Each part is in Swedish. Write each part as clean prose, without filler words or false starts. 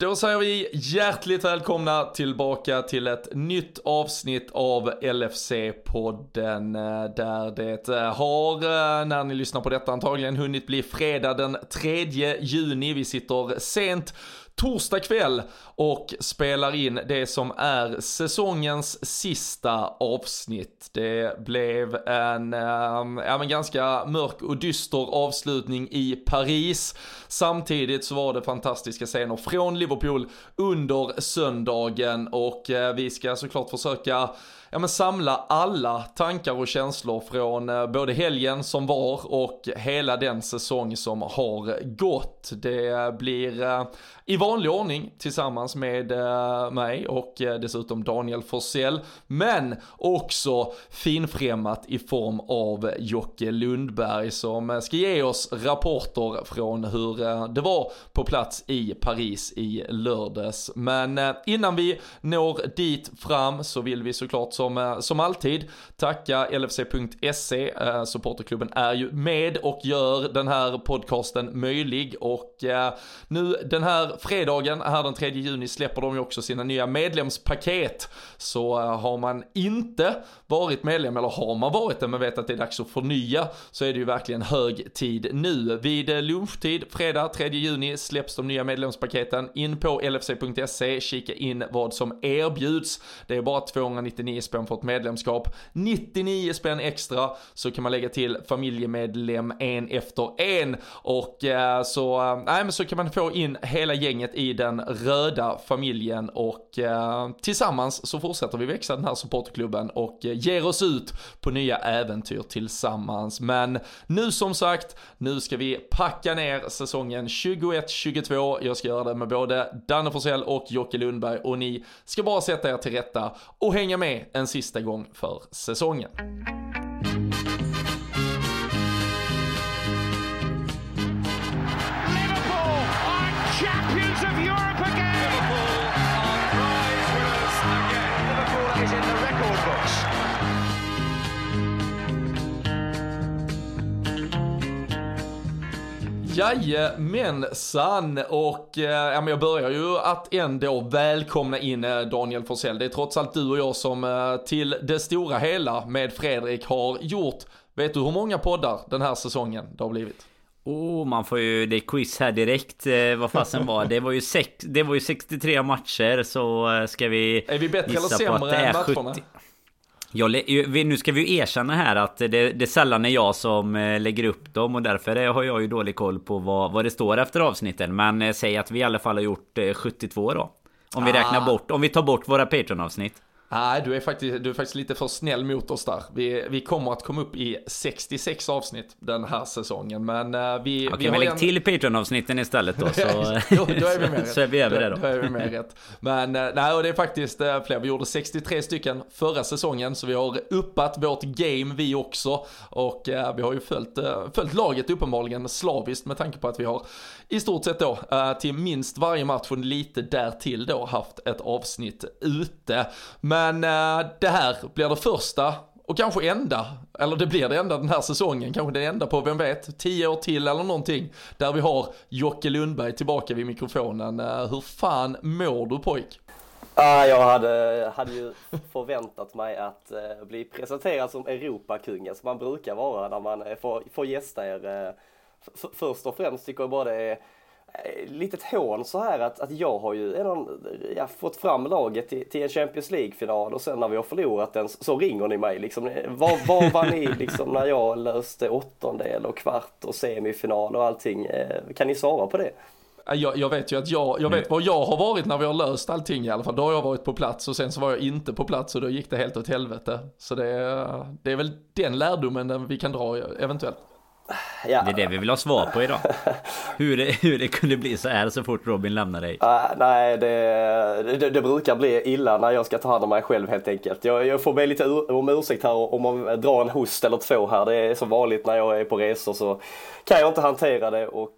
Då säger vi hjärtligt välkomna tillbaka till ett nytt avsnitt av LFC-podden där det har, när ni lyssnar på detta, antagligen hunnit bli fredag den 3 juni. Vi sitter sent torsdag kväll och spelar in det som är säsongens sista avsnitt. Det blev en ganska mörk och dyster avslutning i Paris. Samtidigt så var det fantastiska scener från Liverpool under söndagen och vi ska såklart försöka samla alla tankar och känslor från både helgen som var och hela den säsong som har gått. Det blir i vanlig ordning tillsammans med mig och dessutom Daniel Forsell, men också finfrämmat i form av Jocke Lundberg som ska ge oss rapporter från hur det var på plats i Paris i lördags. Men innan vi når dit fram så vill vi såklart som alltid tacka LFC.se. Supporterklubben är ju med och gör den här podcasten möjlig, och nu den här fredagen, här den 3 juni, släpper de ju också sina nya medlemspaket. Så har man inte varit medlem, eller har man varit det men vet att det är dags att förnya, så är det ju verkligen hög tid nu. Vid lunchtid fredag 3 juni släpps de nya medlemspaketen. In på LFC.se, kika in vad som erbjuds. Det är bara 299 spänn för ett medlemskap, 99 spänn extra så kan man lägga till familjemedlem en efter en, och så kan man få in hela gänget i den röda familjen, och tillsammans så fortsätter vi växa den här supportklubben och ger oss ut på nya äventyr tillsammans. Men nu som sagt, nu ska vi packa ner säsongen 21-22. Jag ska göra det med både Danne Forsell och Jocke Lundberg, och ni ska bara sätta er till rätta och hänga med en sista gång för säsongen. Champions of Europe again! Liverpool are prize winners again. Liverpool is in the record books. Jajamensan, och jag börjar ju att ändå välkomna in Daniel Forsell. Det är trots allt du och jag som till det stora hela med Fredrik har gjort, vet du hur många poddar den här säsongen det har blivit? Man får ju det quiz här direkt. Vad fasen var det var ju 63 matcher, så ska vi är vi bättre eller sämre än matcherna? Nu ska vi ju erkänna här att det sällan är jag som lägger upp dem, och därför har jag ju dålig koll på vad det står efter avsnitten. Men säg att vi i alla fall har gjort 72 då. Om vi räknar bort, om vi tar bort våra Patreon-avsnitt. Nej, du är faktiskt lite för snäll mot oss där. Vi kommer att komma upp i 66 avsnitt den här säsongen, men vi har lägg till Patreon-avsnitten istället då, så då är vi med så är vi över det då. Då är vi med rätt. Men nej, och det är faktiskt fler. Vi gjorde 63 stycken förra säsongen, så vi har uppat vårt game vi också, och vi har ju följt laget uppenbarligen slaviskt, med tanke på att vi har i stort sett då till minst varje match och lite därtill då haft ett avsnitt ute. Men det här blir det första och kanske enda, eller det blir det enda den här säsongen, kanske det enda på, vem vet, 10 år till eller någonting, där vi har Jocke Lundberg tillbaka vid mikrofonen. Hur fan mår du, pojk? Jag hade ju förväntat mig att bli presenterad som Europakungen, som man brukar vara när man får gästa er. Först och främst tycker jag bara det är litet hån så här att jag har ju fått fram laget till en Champions League-final, och sen när vi har förlorat den så ringer ni mig liksom. Var var ni liksom när jag löste åttondel och kvart och semifinal och allting? Kan ni svara på det? Jag vet ju att jag vet vad jag har varit när vi har löst allting i alla fall. Då har jag varit på plats, och sen så var jag inte på plats, och då gick det helt åt helvete. Så det är väl den lärdomen vi kan dra eventuellt. Ja. Det är det vi vill ha svar på idag. Hur det kunde bli så här så fort Robin lämnar dig. Nej, det brukar bli illa när jag ska ta hand om mig själv helt enkelt. Jag får be lite om ursäkt här om man drar en host eller två här. Det är så vanligt när jag är på resor, så kan jag inte hantera det, och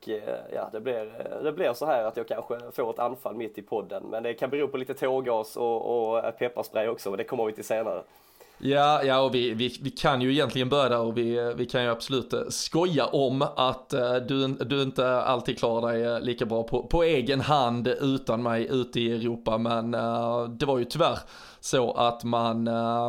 det blir så här att jag kanske får ett anfall mitt i podden. Men det kan bero på lite tårgas och pepparspray också, men det kommer vi till senare. Ja, och vi kan ju egentligen börja där, och vi kan ju absolut skoja om att du inte alltid klarar dig lika bra på egen hand utan mig ute i Europa, men det var ju tyvärr så att man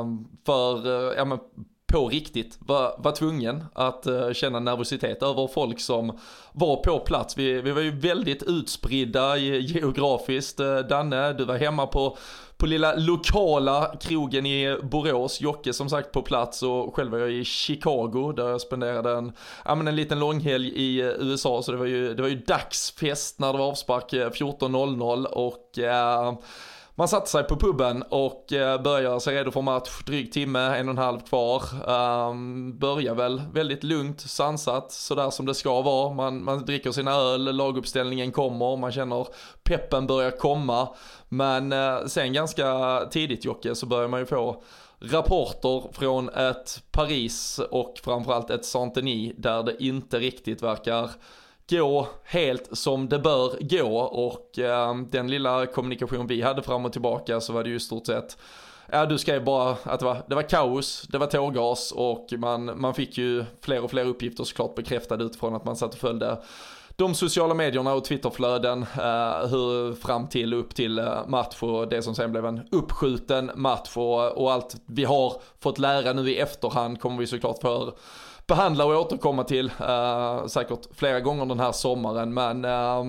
på riktigt var tvungen att känna nervositet över folk som var på plats. Vi var ju väldigt utspridda geografiskt. Danne, du var hemma på lilla lokala krogen i Borås, Jocke som sagt på plats, och själv var jag i Chicago där jag spenderade en liten långhelg i USA, så det var ju dagsfest när det var avspark 14.00 och man satte sig på puben och började göra sig redo för match, dryg timme, 1,5 kvar. Börjar väl väldigt lugnt, sansat, sådär som det ska vara. Man dricker sina öl, laguppställningen kommer, man känner peppen börjar komma. Men sen ganska tidigt, Jocke, så börjar man ju få rapporter från ett Paris och framförallt ett Saint-Denis där det inte riktigt verkar gå helt som det bör gå, och den lilla kommunikation vi hade fram och tillbaka, så var det ju stort sett, du skrev bara att det var kaos, det var tårgas, och man fick ju fler och fler uppgifter såklart bekräftade utifrån att man satt och följde de sociala medierna och Twitterflöden hur fram till upp till match, och det som sen blev en uppskjuten match, och allt vi har fått lära nu i efterhand kommer vi såklart för behandla och återkomma till säkert flera gånger den här sommaren, men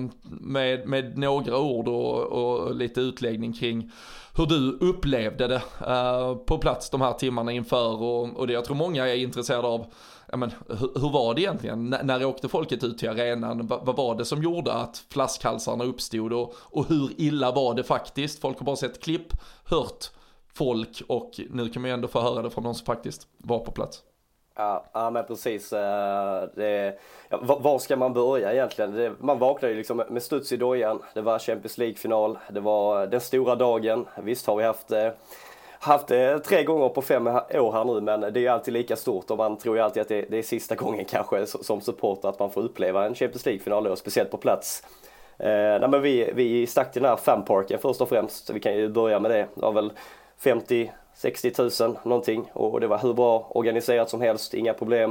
med några ord och lite utläggning kring hur du upplevde det på plats de här timmarna inför, och det jag tror många är intresserade av. Hur var det egentligen? När åkte folket ut till arenan? Vad var det som gjorde att flaskhalsarna uppstod, och hur illa var det faktiskt? Folk har bara sett klipp, hört folk, och nu kan man ju ändå få höra det från någon som faktiskt var på plats. Ja, men precis. Var ska man börja egentligen? Man vaknade ju liksom med studs i dojan. Det var Champions League-final. Det var den stora dagen. Visst har vi haft det 3 gånger på 5 år här nu, men det är ju alltid lika stort, och man tror ju alltid att det är sista gången kanske som supporter att man får uppleva en Champions League-final då, speciellt på plats. Men vi stack till den här fanparken först och främst. Vi kan ju börja med det. Det var väl 50-60 000 någonting, och det var hur bra organiserat som helst, inga problem.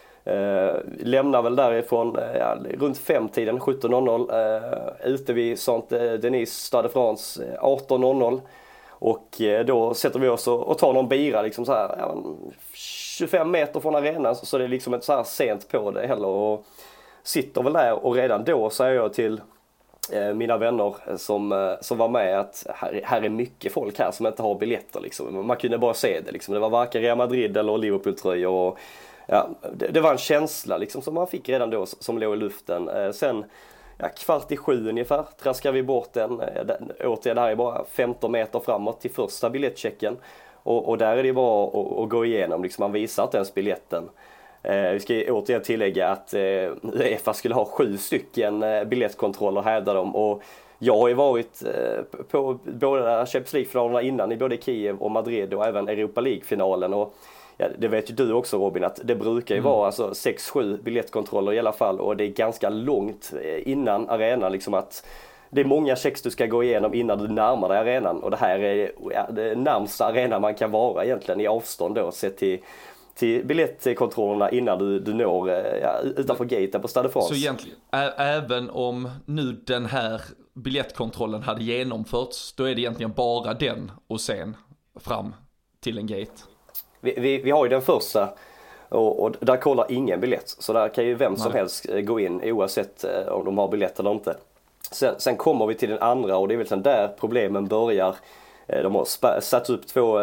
Lämnar väl därifrån runt 5-tiden, 17.00, ute vid Saint-Denis, Stade de France, 18.00. Och då sätter vi oss och tar någon bira liksom så här, 25 meter från arenan, så det är liksom inte så här sent på det heller, och sitter väl där, och redan då säger jag till mina vänner som var med att här är mycket folk här som inte har biljetter liksom. Man kunde bara se det liksom. Det var varken Real Madrid eller Liverpool-tröjor, och det var en känsla liksom som man fick redan då, som låg i luften. Sen 6:45 ungefär traskar vi bort den. Återigen, här är bara 15 meter framåt till första biljettchecken, och där är det bara att gå igenom liksom. Man visar inte ens biljetten. Vi ska återigen tillägga att UEFA skulle ha 7 stycken biljettkontroller, hävdar de, och jag har ju varit på båda Champions League-finalerna innan, i både Kiev och Madrid, och även Europa League-finalen, och det vet ju du också, Robin, att det brukar ju vara alltså 6-7 biljettkontroller i alla fall, och det är ganska långt innan arenan liksom, att det är många checks du ska gå igenom innan du närmar dig arenan, och det här är det närmsta arenan man kan vara egentligen i avstånd då, sett till biljettkontrollerna innan du når utanför gaten på Stade de France. Så egentligen, även om nu den här biljettkontrollen hade genomförts, då är det egentligen bara den och sen fram till en gate? Vi har ju den första, och där kollar ingen biljett, så där kan ju vem som helst gå in oavsett om de har biljett eller inte. Sen kommer vi till den andra, och det är väl sen där problemen börjar. De har satt upp 2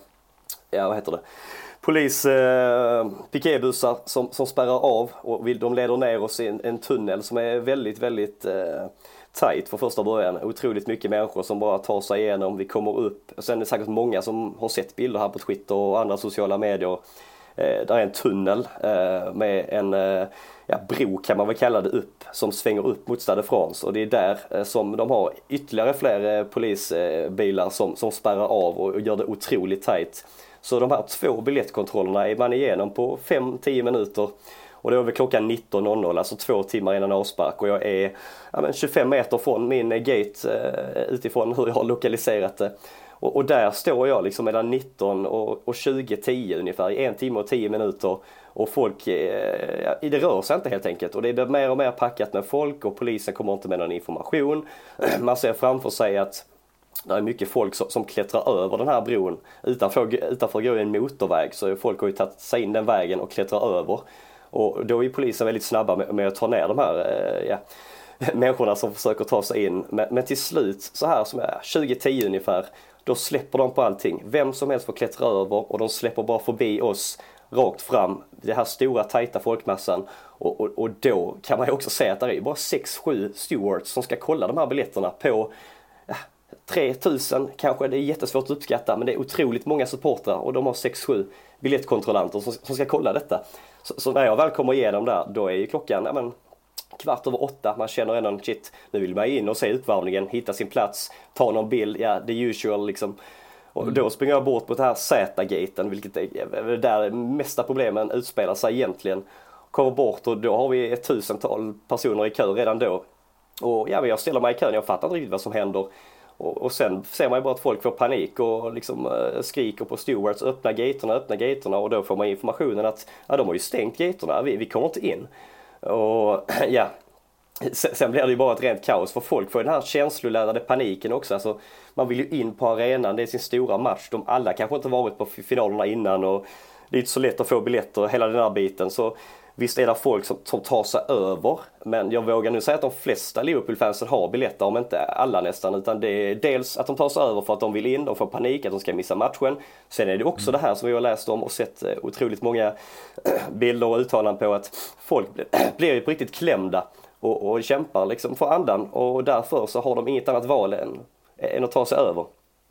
piketbussar som spärrar av, och de leder ner oss i en tunnel som är väldigt, väldigt tight för första början. Otroligt mycket människor som bara tar sig igenom. Vi kommer upp, och sen är det säkert många som har sett bilder här på Twitter och andra sociala medier. Där är en tunnel med en bro, kan man väl kalla det, upp, som svänger upp mot Stade de France, och det är där som de har ytterligare fler polisbilar som spärrar av och gör det otroligt tight. Så de här 2 biljettkontrollerna är man igenom på 5-10 minuter, och det var väl klockan 19.00, alltså 2 timmar innan avspark, och jag är 25 meter från min gate utifrån hur jag har lokaliserat det. Och där står jag liksom mellan 19 och 20:10 ungefär, i 1 timme och 10 minuter. Och folk, det rör sig inte helt enkelt. Och det blir mer och mer packat med folk och polisen kommer inte med någon information. Man ser framför sig att det är mycket folk som klättrar över den här bron. Utanför går en motorväg, så folk har ju tagit sig in den vägen och klättrar över. Och då är polisen väldigt snabba med att ta ner de här människorna som försöker ta sig in. Men till slut, så här som är 20:10 ungefär, då släpper de på allting. Vem som helst får klättra över och de släpper bara förbi oss rakt fram, det här stora tajta folkmassan. Och då kan man ju också säga att det är bara 6-7 stewards som ska kolla de här biljetterna på 3000 kanske. Det är jättesvårt att uppskatta, men det är otroligt många supportrar och de har 6-7 biljettkontrollanter som ska kolla detta. Så när jag väl kommer igenom där, då är ju klockan 7:15. Man känner ändå, shit, nu vill man in och se utvärmningen, hitta sin plats, ta någon bild, the usual liksom. Och då springer jag bort på det här Z-gaten, vilket är där mesta problemen utspelar sig egentligen. Kommer bort och då har vi 1000-tal personer i kö redan då. Och jag ställer mig i kön, jag fattar inte riktigt vad som händer. Och sen ser man ju bara att folk får panik och liksom skriker på stewards, öppna gatorna, och då får man informationen att de har ju stängt gatorna, vi kommer inte in. Och sen blir det ju bara ett rent kaos, för folk får den här känsloladdade paniken också. Alltså, man vill ju in på arenan, det är sin stora match. De alla kanske inte varit på finalerna innan och det är inte så lätt att få biljetter, hela den här biten. Så visst är det folk som tar sig över, men jag vågar nu säga att de flesta Liverpool-fansen har biljetter, om inte alla nästan, utan det är dels att de tar sig över för att de vill in, de får panik att de ska missa matchen. Sen är det också det här som vi har läst om och sett otroligt många bilder och uttalanden på, att folk blir ju på riktigt klämda och kämpar liksom för andan, och därför så har de inget annat val än att ta sig över.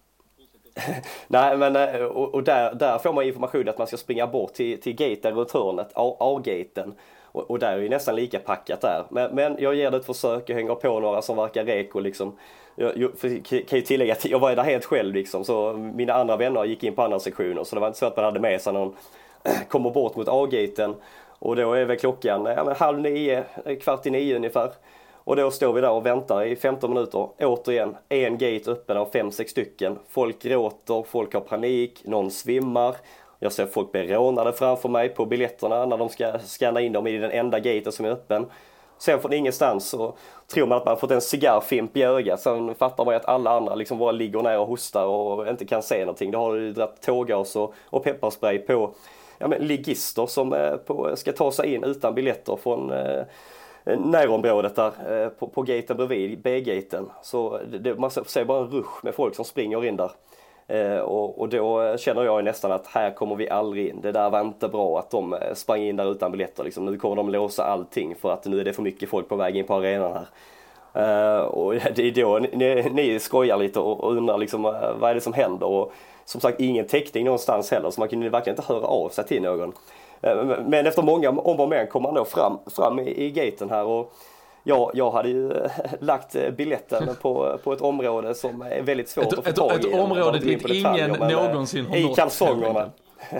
Nej, men och där får man information att man ska springa bort till gaten runt hörnet, A-gaten, och där är ju nästan lika packat där. Men jag ger det ett försök, jag hänger på några som verkar reko liksom. Jag kan ju tillägga att jag var där helt själv liksom, så mina andra vänner gick in på andra sektioner, så det var inte så att man hade med sig någon. Kommer bort mot A-gaten och då är väl klockan 8:30, 8:45 ungefär. Och då står vi där och väntar i 15 minuter. Återigen, en gate öppen av 5-6 stycken. Folk gråter, folk har panik, någon svimmar. Jag ser folk bli rånade framför mig på biljetterna när de ska scanna in dem i den enda gaten som är öppen. Sen från ingenstans så tror man att man har fått en cigarrfimp i ögat. Sen fattar man att alla andra liksom bara ligger ner och hostar och inte kan se någonting. Då har du dratt tårgas och pepparspray på ligister som ska ta sig in utan biljetter från närområdet där på gaten bredvid, B-gaten. Så man ser bara en rusch med folk som springer in där. Och då känner jag nästan att här kommer vi aldrig in. Det där var inte bra att de sprang in där utan biljetter. Liksom. Nu kommer de låsa allting för att nu är det för mycket folk på väg in på arenan här. Och det är då ni skojar lite och undrar liksom, vad är det som händer. Och som sagt, ingen täckning någonstans heller, så man kunde verkligen inte höra av sig till någon. Men efter många om och men kom man då fram i gaten här, och jag hade ju lagt biljetten på ett område som är väldigt svårt att få tag i. Ett område dit ingen någonsin har nått. I kalsongerna.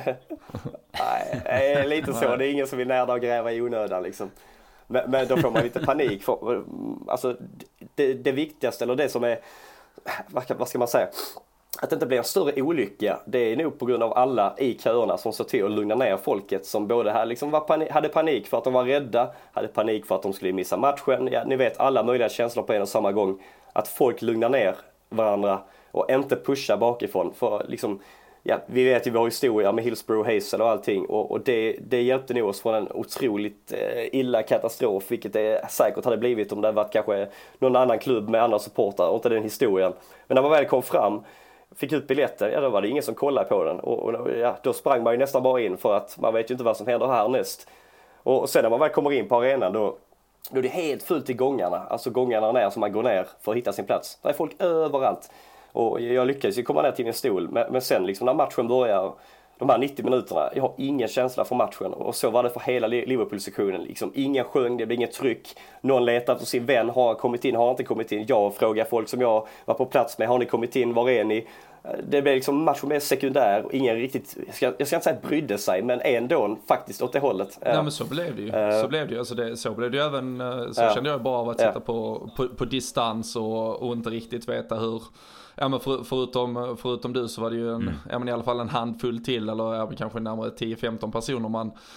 Nej, lite så. Det är ingen som vill närda och gräva i onödan liksom. Men då får man lite panik. Alltså, det viktigaste, eller det som är, vad ska man säga, att det inte blir en större olycka, det är nog på grund av alla i köerna som såg till att lugna ner folket, som både här liksom hade panik för att de var rädda, hade panik för att de skulle missa matchen. Ja, ni vet, alla möjliga känslor på en och samma gång. Att folk lugnar ner varandra och inte pusha bakifrån. För liksom, vi vet ju vår historia med Hillsborough Hazel och allting, och det hjälpte nog oss från en otroligt illa katastrof, vilket det säkert hade blivit om det varit kanske någon annan klubb med andra supportrar och inte den historien. Men när man väl kom fram, fick ut biljetter, då var det ingen som kollade på den, och då sprang man ju nästan bara in, för att man vet ju inte vad som händer härnäst. Och sen när man väl kommer in på arenan, då är det helt fullt i gångarna, alltså gångarna ner som man går ner för att hitta sin plats. Det är folk överallt. Och jag lyckades ju komma ner till min stol, men sen liksom när matchen börjar, de här 90 minuterna, jag har ingen känsla för matchen, och så var det för hela Liverpool-sektionen liksom. Ingen sjöng, det blev inget tryck, någon letar efter sin vän, har kommit in, har inte kommit in. Jag frågar folk som jag var på plats med, har ni kommit in, var är ni? det blev liksom matchen mer sekundär och ingen riktigt, jag ska inte säga att brydde sig, men ändå faktiskt åt det hållet. Nej, men så blev det ju. Så blev det ju. Alltså så blev det ju även, så kände jag bara av att sitta på distans och inte riktigt veta hur. Ja, men förutom du så var det ju ja, men i alla fall en handfull till, eller kanske närmare 10-15 personer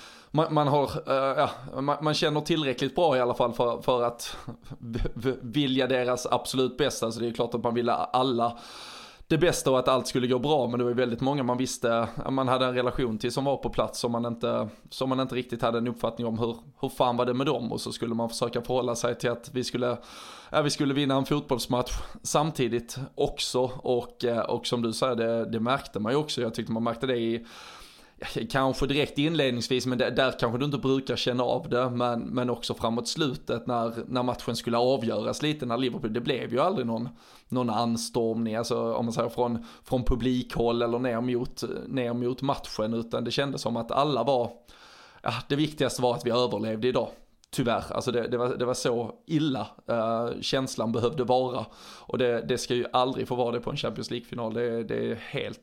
man känner tillräckligt bra i alla fall för att vilja deras absolut bästa. Så det är ju klart att man ville alla det bästa och att allt skulle gå bra, men det var ju väldigt många man visste man hade en relation till som var på plats som man inte riktigt hade en uppfattning om hur fan var det med dem, och så skulle man försöka förhålla sig till att vi skulle vinna en fotbollsmatch samtidigt också, och som du säger, det märkte man ju också. Jag tyckte man märkte det i kanske direkt inledningsvis, men där kanske du inte brukar känna av det, men också framåt slutet när matchen skulle avgöras lite, när Liverpool, det blev ju aldrig någon anstormning, alltså om man säger från publikhåll eller ner mot matchen, utan det kändes som att alla var, det viktigaste var att vi överlevde idag. Tyvärr, alltså det var så illa känslan behövde vara, och det ska ju aldrig få vara det på en Champions League-final. Det är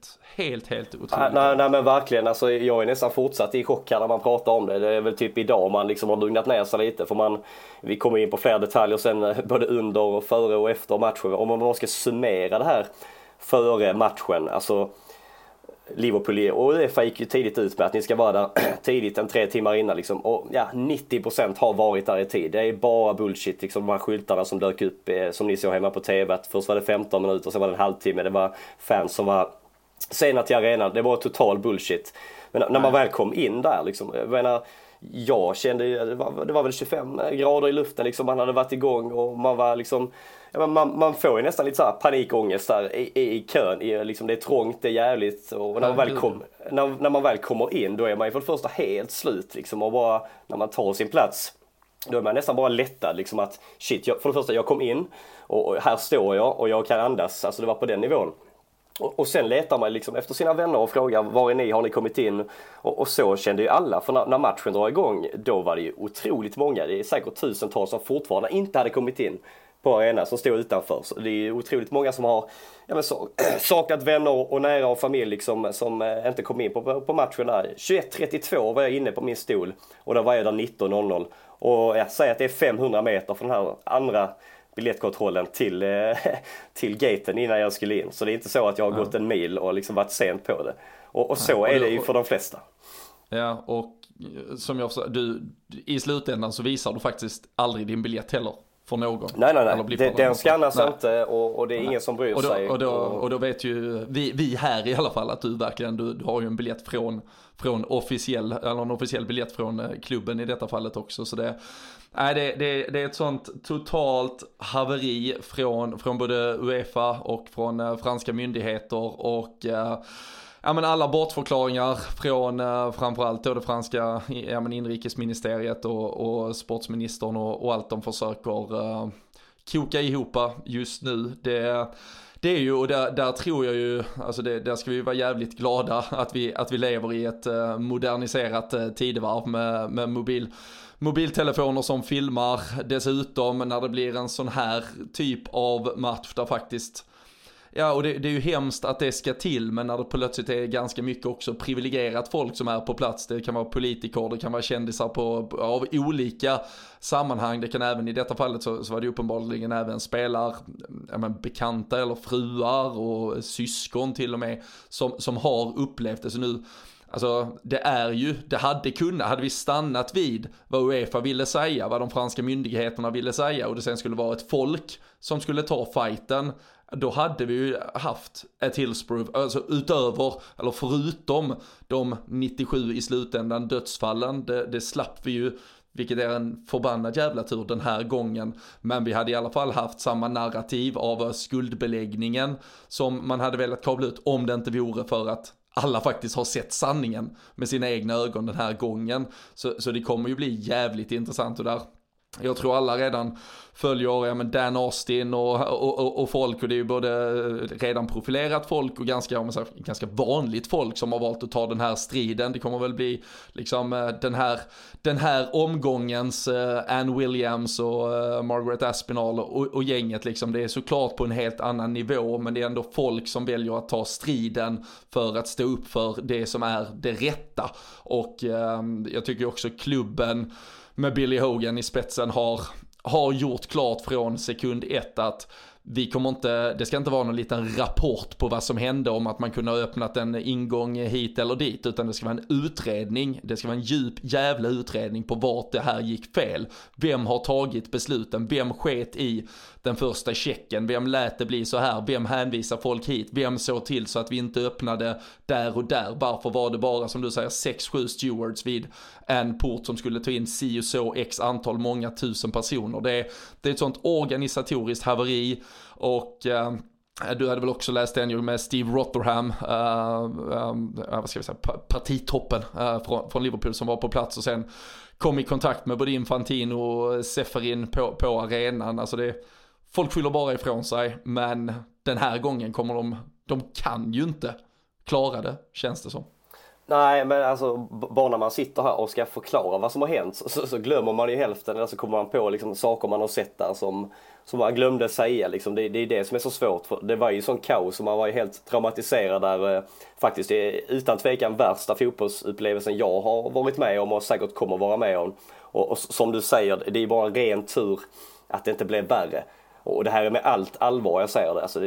helt otroligt. Nej men verkligen, alltså jag är nästan fortsatt i chock här när man pratar om det. Det är väl typ idag man liksom har lugnat ner sig lite, för vi kommer in på fler detaljer sen, både under och före och efter matchen. Om man ska summera det här före matchen, alltså Liverpool och UEFA gick ju tidigt ut med att ni ska vara där tidigt, 3 timmar innan liksom. Och 90% har varit där i tid. Det är bara bullshit liksom, de här skyltarna som dök upp som ni såg hemma på TV, att först var det 15 minuter, sen var det en halvtimme, det var fans som var sena till arenan. Det var total bullshit. Men när man väl kom in där liksom, jag kände det var väl 25 grader i luften liksom, man hade varit igång och man var liksom, man får ju nästan lite så här panikångest där i kön, liksom, det är trångt, det är jävligt, och när man väl kommer in, då är man ju för det första helt slut liksom, och bara när man tar sin plats, då är man nästan bara lättad liksom, att shit, för det första jag kom in och här står jag och jag kan andas, alltså det var på den nivån. Och sen letar man liksom efter sina vänner och frågar, var är ni, har ni kommit in? Och så kände ju alla, för när matchen drar igång, då var det ju otroligt många, det är säkert tusentals som fortfarande inte hade kommit in på arenan, som stod utanför. Så det är otroligt många som har saknat vänner och nära och familj liksom, som inte kom in på matchen där. 21:32 var jag inne på min stol, och då var jag där 19:00. Och jag säger att det är 500 meter från den här andra biljettkontrollen till gaten innan jag skulle in. Så det är inte så att jag har gått en mil och liksom varit sent på det. Och så är det ju för de flesta. Ja, och som jag sa, i slutändan så visar du faktiskt aldrig din biljett heller för någon. Nej. Den skannas inte, och det är ingen som bryr sig. Och då vet ju vi här i alla fall att du verkligen, du har ju en biljett från en officiell biljett från klubben i detta fallet också. Så det är ett sånt totalt haveri från både UEFA och från franska myndigheter, och men alla bortförklaringar från framförallt då det franska inrikesministeriet och sportsministern och allt de försöker koka ihop just nu. Det är ju, och där tror jag ju, alltså där ska vi vara jävligt glada att vi lever i ett moderniserat tidevarv med mobiltelefoner som filmar, dessutom när det blir en sån här typ av match där faktiskt, och det är ju hemskt att det ska till, men när det plötsligt är ganska mycket också privilegierat folk som är på plats, det kan vara politiker, det kan vara kändisar av olika sammanhang, det kan även i detta fallet så var det uppenbarligen även bekanta eller fruar och syskon till och med som har upplevt det. Så nu, alltså hade vi stannat vid vad UEFA ville säga, vad de franska myndigheterna ville säga, och det sen skulle vara ett folk som skulle ta fighten, då hade vi ju haft ett Hillsborough, alltså förutom de 97 i slutändan dödsfallen, det slapp vi ju, vilket är en förbannad jävla tur den här gången, men vi hade i alla fall haft samma narrativ av skuldbeläggningen som man hade velat kabla ut, om det inte vore för att alla faktiskt har sett sanningen med sina egna ögon den här gången. Så det kommer ju bli jävligt intressant, och där Jag tror alla redan följer Dan Austin och folk, och det är ju både redan profilerat folk och ganska vanligt folk som har valt att ta den här striden. Det kommer väl bli liksom den här omgångens Ann Williams och Margaret Aspinall och gänget liksom. Det är såklart på en helt annan nivå, men det är ändå folk som väljer att ta striden för att stå upp för det som är det rätta. Och jag tycker också klubben med Billy Hogan i spetsen har gjort klart från sekund 1 att det ska inte vara någon liten rapport på vad som hände om att man kunde ha öppnat en ingång hit eller dit, utan det ska vara en utredning. Det ska vara en djup jävla utredning på vart det här gick fel. Vem har tagit besluten? Vem sket i den första checken? Vem lät det bli så här? Vem hänvisar folk hit? Vem såg till så att vi inte öppnade där och där? Varför var det bara, som du säger, 6-7 stewards vid en port som skulle ta in si och så x antal, många tusen personer? Det är ett sånt organisatoriskt haveri. Och du hade väl också läst en med Steve Rotherham, vad ska vi säga, partitoppen från Liverpool, som var på plats och sen kom i kontakt med både Infantino och Seferin på arenan. Alltså folk skyller bara ifrån sig, men den här gången kommer de kan ju inte klara det, känns det som. Nej, men alltså bara när man sitter här och ska förklara vad som har hänt så glömmer man ju hälften, eller så kommer man på liksom saker man har sett där som man glömde säga liksom. Det är det som är så svårt, för det var ju sån kaos och man var ju helt traumatiserad där. Faktiskt det är utan tvekan värsta fotbollsupplevelsen jag har varit med om och säkert kommer vara med om. Och som du säger, det är bara en ren tur att det inte blev värre. Och det här är med allt allvar jag säger det. Alltså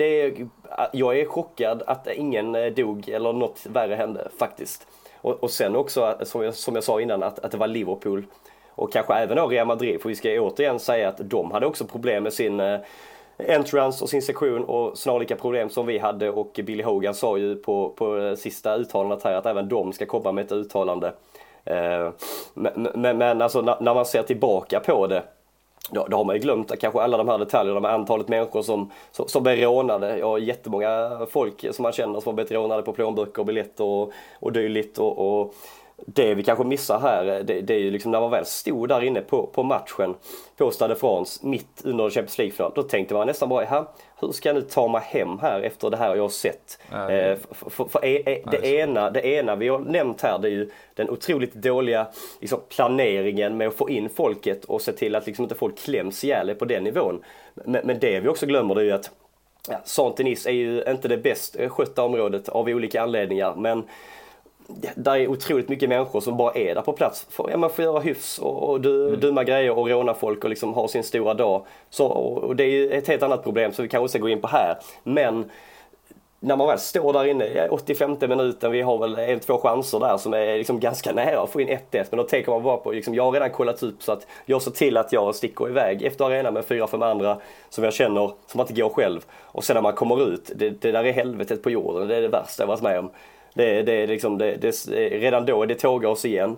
jag är chockad att ingen dog eller något värre hände faktiskt. Och sen också, som jag sa innan, att det var Liverpool och kanske även Real Madrid. För vi ska återigen säga att de hade också problem med sin entrance och sin sektion och snarlika problem som vi hade. Och Billy Hogan sa ju på sista uttalandet här att även de ska komma med ett uttalande. Men alltså när man ser tillbaka på det, då har man ju glömt att kanske alla de här detaljerna med antalet människor som blev rånade. Ja, jättemånga folk som man känner som har blivit rånade på plånböcker och biljetter och dylikt. Och det vi kanske missar här, det är ju liksom när man väl stod där inne på matchen på Stade France mitt under Champions League-final, då tänkte man nästan bara, hur ska jag nu ta mig hem här efter det här jag har sett? Det ena vi har nämnt här, det är ju den otroligt dåliga liksom, planeringen med att få in folket och se till att liksom inte folk kläms ihjäl på den nivån. Men det vi också glömmer, det är ju att Saint-Denis är ju inte det bäst skötta området av olika anledningar, men där är otroligt mycket människor som bara är där på plats. Man får göra hyfs och dumma grejer och råna folk och liksom ha sin stora dag. Och det är ju ett helt annat problem som vi kanske ska gå in på här. Men när man väl står där inne, 85 minuten, vi har väl 1-2 chanser där som är liksom ganska nära att få in 1-1. Men då tänker man bara på, liksom, jag har redan kollat upp så att jag ser till att jag sticker iväg efter arenan med 4-5 andra som jag känner som att det går själv. Och sen när man kommer ut, det där är helvetet på jorden. Det är det värsta jag varit med om. Det är liksom, redan då är det tågas igen.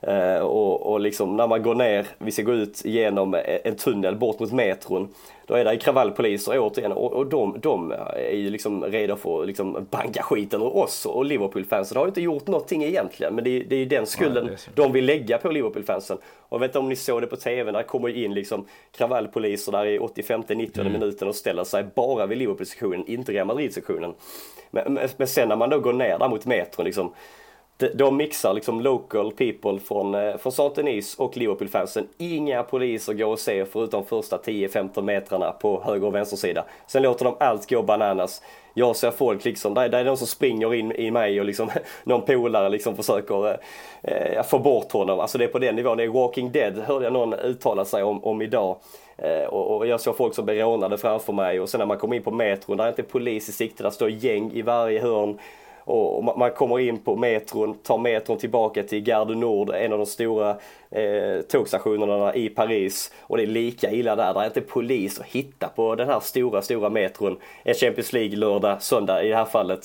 Och liksom när man går ner, vi ska gå ut genom en tunnel bort mot metron, då är det kravallpoliser återigen, och de är ju liksom redo för att liksom banka skiten ur oss och Liverpool-fansen har ju inte gjort någonting egentligen, men det är ju den skulden de vill lägga på Liverpool-fansen. Och jag vet inte om ni såg det på tv, där kommer in liksom kravallpoliser där i 85-90 minuten och ställer sig bara vid Liverpool-sektionen, inte Real Madrid-sektionen. Men sen när man då går ner där mot metron liksom, de mixar liksom local people från Saint-Denis och Liverpool-fansen. Inga poliser går och ser förutom första 10-15 metrarna på höger och vänster sida. Sen låter de allt gå bananas. Jag ser folk liksom, där är de som springer in i mig och liksom någon polare liksom försöker få bort honom. Alltså det är på den nivån. Det är Walking Dead, hörde jag någon uttala sig om idag. Och jag såg folk som blev rånade framför mig. Och sen när man kommer in på metron, där är inte polis i sikte, där står gäng i varje hörn. Och man kommer in på metron, tar metron tillbaka till Gare du Nord, en av de stora tågstationerna i Paris. Och det är lika illa där. Det är inte polis att hitta på den här stora metron. En Champions League lördag, söndag i det här fallet.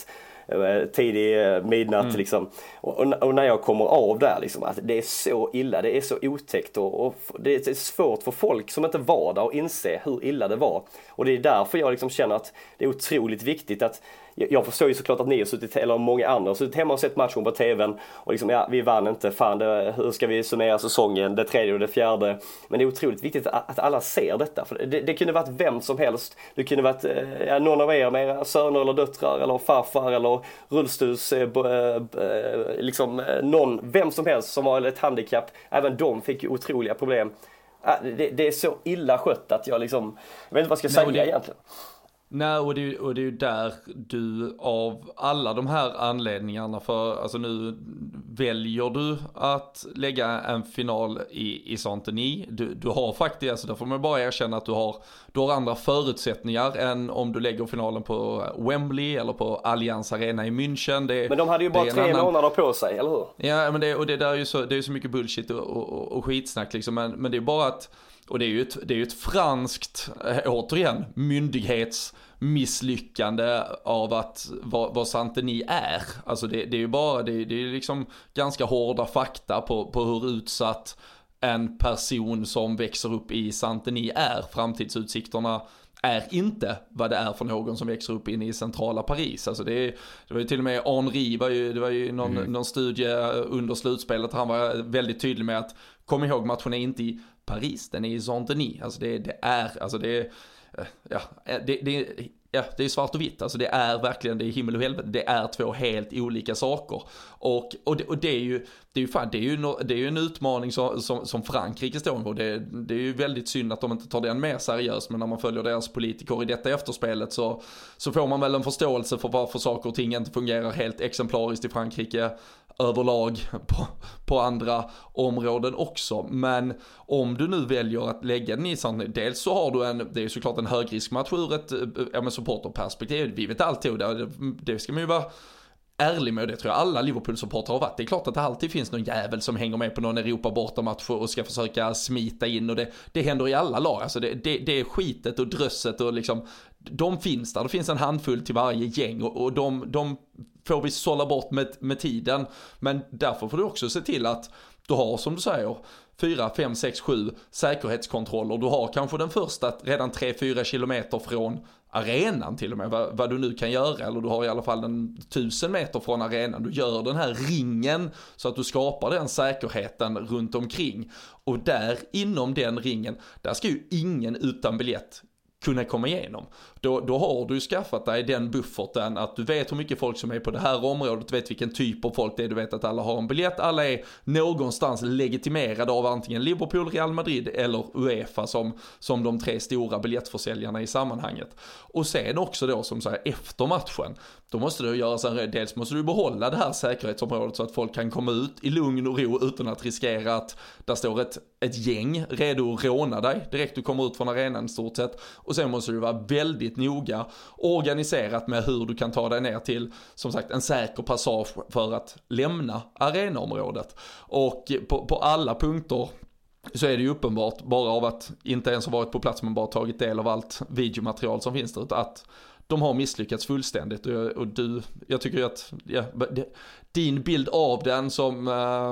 tidig midnatt liksom. Och när jag kommer av där liksom, att det är så illa, det är så otäckt och det är svårt för folk som inte var där att inse hur illa det var. Och det är därför jag liksom känner att det är otroligt viktigt att jag förstår ju såklart att ni har suttit, eller många andra har suttit hemma och sett matchen på tvn och liksom, vi vann inte, hur ska vi summera säsongen, det tredje och det fjärde. Men det är otroligt viktigt att alla ser detta, för det kunde varit vem som helst. Det kunde varit någon av er med era söner eller döttrar eller farfar eller rullstols liksom vem som helst som har ett handikapp. Även de fick ju otroliga problem. Det är så illa skött att jag vet inte vad jag ska säga egentligen. Nej, och det är ju där du av alla de här anledningarna, för alltså nu väljer du att lägga en final i Saint-Denis. Du har faktiskt, alltså där får man bara erkänna att du har andra förutsättningar än om du lägger finalen på Wembley eller på Allianz Arena i München. Men de hade ju bara 3 månader på sig, eller hur? Ja, men det där är ju så, det är så mycket bullshit och skitsnack liksom, men det är bara att, och det är ju ett franskt, återigen, myndighetsmisslyckande av att vad Saint-Denis är. Alltså det är ju bara, det är liksom ganska hårda fakta på hur utsatt en person som växer upp i Saint-Denis är. Framtidsutsikterna är inte vad det är för någon som växer upp inne i centrala Paris. Alltså det var ju till och med Henri, det var ju någon studie under slutspelet, han var väldigt tydlig med att kom ihåg, matchen är inte i Paris, den är i Saint-Denis. Alltså det är svart och vitt. Alltså det är verkligen, det är himmel och helvete. Det är 2 helt olika saker. Och det är ju en utmaning som Frankrike står på. Det är ju väldigt synd att de inte tar den mer seriöst, men när man följer deras politiker i detta efterspelet så får man väl en förståelse för varför saker och ting inte fungerar helt exemplariskt i Frankrike överlag på andra områden också. Men om du nu väljer att lägga den i sånt, dels så har du det är såklart en högriskmatch ur ett supporterperspektiv. Vi vet alltid, det ska man ju vara ärlig med, och det tror jag alla Liverpool-supportrar har varit. Det är klart att det alltid finns någon jävel som hänger med på någon Europa-bortamatch och ska försöka smita in, och det händer i alla lag. Alltså det är skitet och drösset och liksom, de finns där. Det finns en handfull till varje gäng och de får vi sålla bort med tiden. Men därför får du också se till att du har, som du säger, 4, 5, 6, 7 säkerhetskontroller. Du har kanske den första redan 3-4 kilometer från arenan till och med, vad du nu kan göra, eller du har i alla fall 1000 meter från arenan. Du gör den här ringen så att du skapar den säkerheten runt omkring, och där inom den ringen, där ska ju ingen utan biljett kunna komma igenom. Då har du skaffat dig den bufferten att du vet hur mycket folk som är på det här området, du vet vilken typ av folk det är, du vet att alla har en biljett, alla är någonstans legitimerade av antingen Liverpool, Real Madrid eller UEFA som de 3 stora biljettförsäljarna i sammanhanget. Och sen också då, som säger, efter matchen, då måste du göra dels måste du behålla det här säkerhetsområdet så att folk kan komma ut i lugn och ro utan att riskera att där står ett gäng redo att råna dig direkt du kommer ut från arenan i stort sett. Och sen måste du vara väldigt noga organiserat med hur du kan ta dig ner till, som sagt, en säker passage för att lämna arenaområdet. Och på alla punkter så är det ju uppenbart, bara av att inte ens ha varit på plats men bara tagit del av allt videomaterial som finns där, att de har misslyckats fullständigt. Jag tycker ju att din bild av den som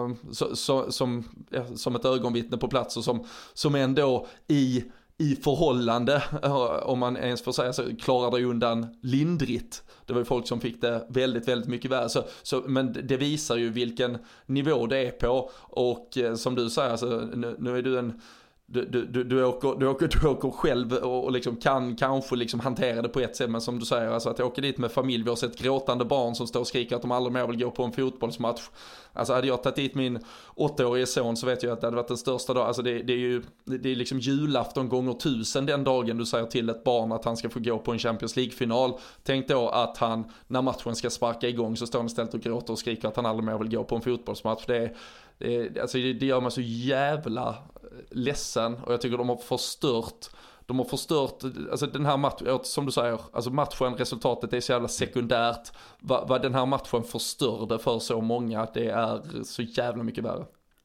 ett ögonvittne på plats, och som ändå i förhållande, om man ens får säga så, klarar det undan lindrigt. Det var ju folk som fick det väldigt, väldigt mycket värre. Men det visar ju vilken nivå det är på. Och som du säger, alltså, nu är du du åker själv och liksom kan kanske liksom hantera det på ett sätt, men som du säger, alltså att jag åker dit med familj, vi har sett gråtande barn som står och skriker att de aldrig mer vill gå på en fotbollsmatch. Alltså hade jag tagit dit min 8-årige son så vet jag att det hade varit den största dag. Alltså det är liksom julafton gånger 1000 den dagen du säger till ett barn att han ska få gå på en Champions League-final. Tänk då att han, när matchen ska sparka igång, så står han istället och gråter och skriker att han aldrig mer vill gå på en fotbollsmatch. Det gör mig så jävla ledsen, och jag tycker de har förstört alltså den här matchen, som du säger, alltså matchen, resultatet är så jävla sekundärt. Vad den här matchen förstörde för så många, det är så jävla mycket värre.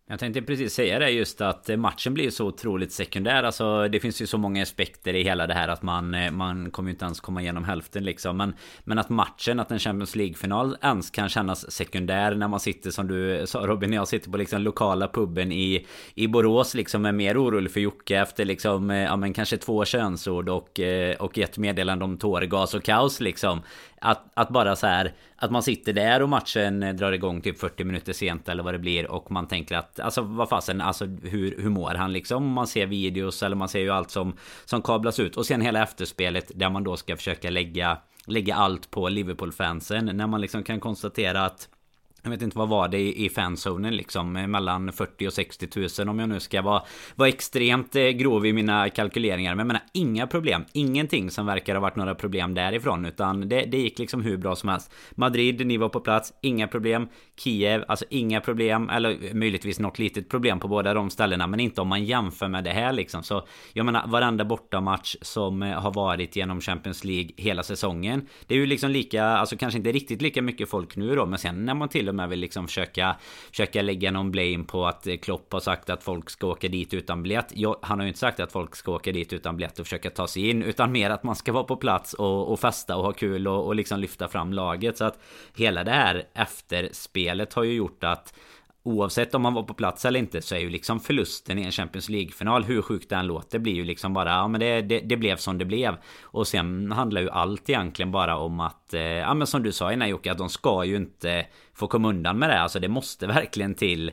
Jag tänkte precis säga det, just att matchen blir så otroligt sekundär. Alltså det finns ju så många aspekter i hela det här att man kommer ju inte ens komma igenom hälften liksom. Men att matchen, att en Champions League-final ens kan kännas sekundär när man sitter, som du sa Robin, jag sitter på liksom lokala puben i Borås liksom, är mer orolig för Jocke efter liksom, ja men kanske 2 könsord och ett meddelande om tårgas och kaos liksom. Att bara så här, att man sitter där och matchen drar igång typ 40 minuter sent eller vad det blir, och man tänker att alltså vad fasen, alltså hur mår han liksom. Man ser videos eller man ser ju allt som kablas ut, och sen hela efterspelet där man då ska försöka lägga allt på Liverpool-fansen, när man liksom kan konstatera att, jag vet inte vad var det i fanzonen liksom, mellan 40 och 60 000 om jag nu ska vara extremt grov i mina kalkyleringar. Men jag menar, inga problem, ingenting som verkar ha varit några problem därifrån, utan det gick liksom hur bra som helst. Madrid, ni var på plats, inga problem. Kiev, alltså inga problem, eller möjligtvis något litet problem på båda de ställena, men inte om man jämför med det här liksom. Så jag menar, varenda bortamatch som har varit genom Champions League hela säsongen, det är ju liksom lika, alltså kanske inte riktigt lika mycket folk nu då, men sen när man till och med vill liksom försöka lägga någon blame på att Klopp har sagt att folk ska åka dit utan biljett. Han har ju inte sagt att folk ska åka dit utan biljett och försöka ta sig in, utan mer att man ska vara på plats och festa och ha kul och liksom lyfta fram laget. Så att hela det här efterspelet har ju gjort att oavsett om man var på plats eller inte, så är ju liksom förlusten i en Champions League-final, hur sjukt den låter, blir ju liksom bara, ja men det blev som det blev. Och sen handlar ju allt egentligen bara om att, ja men som du sa innan Jocke, att de ska ju inte få komma undan med det. Alltså det måste verkligen till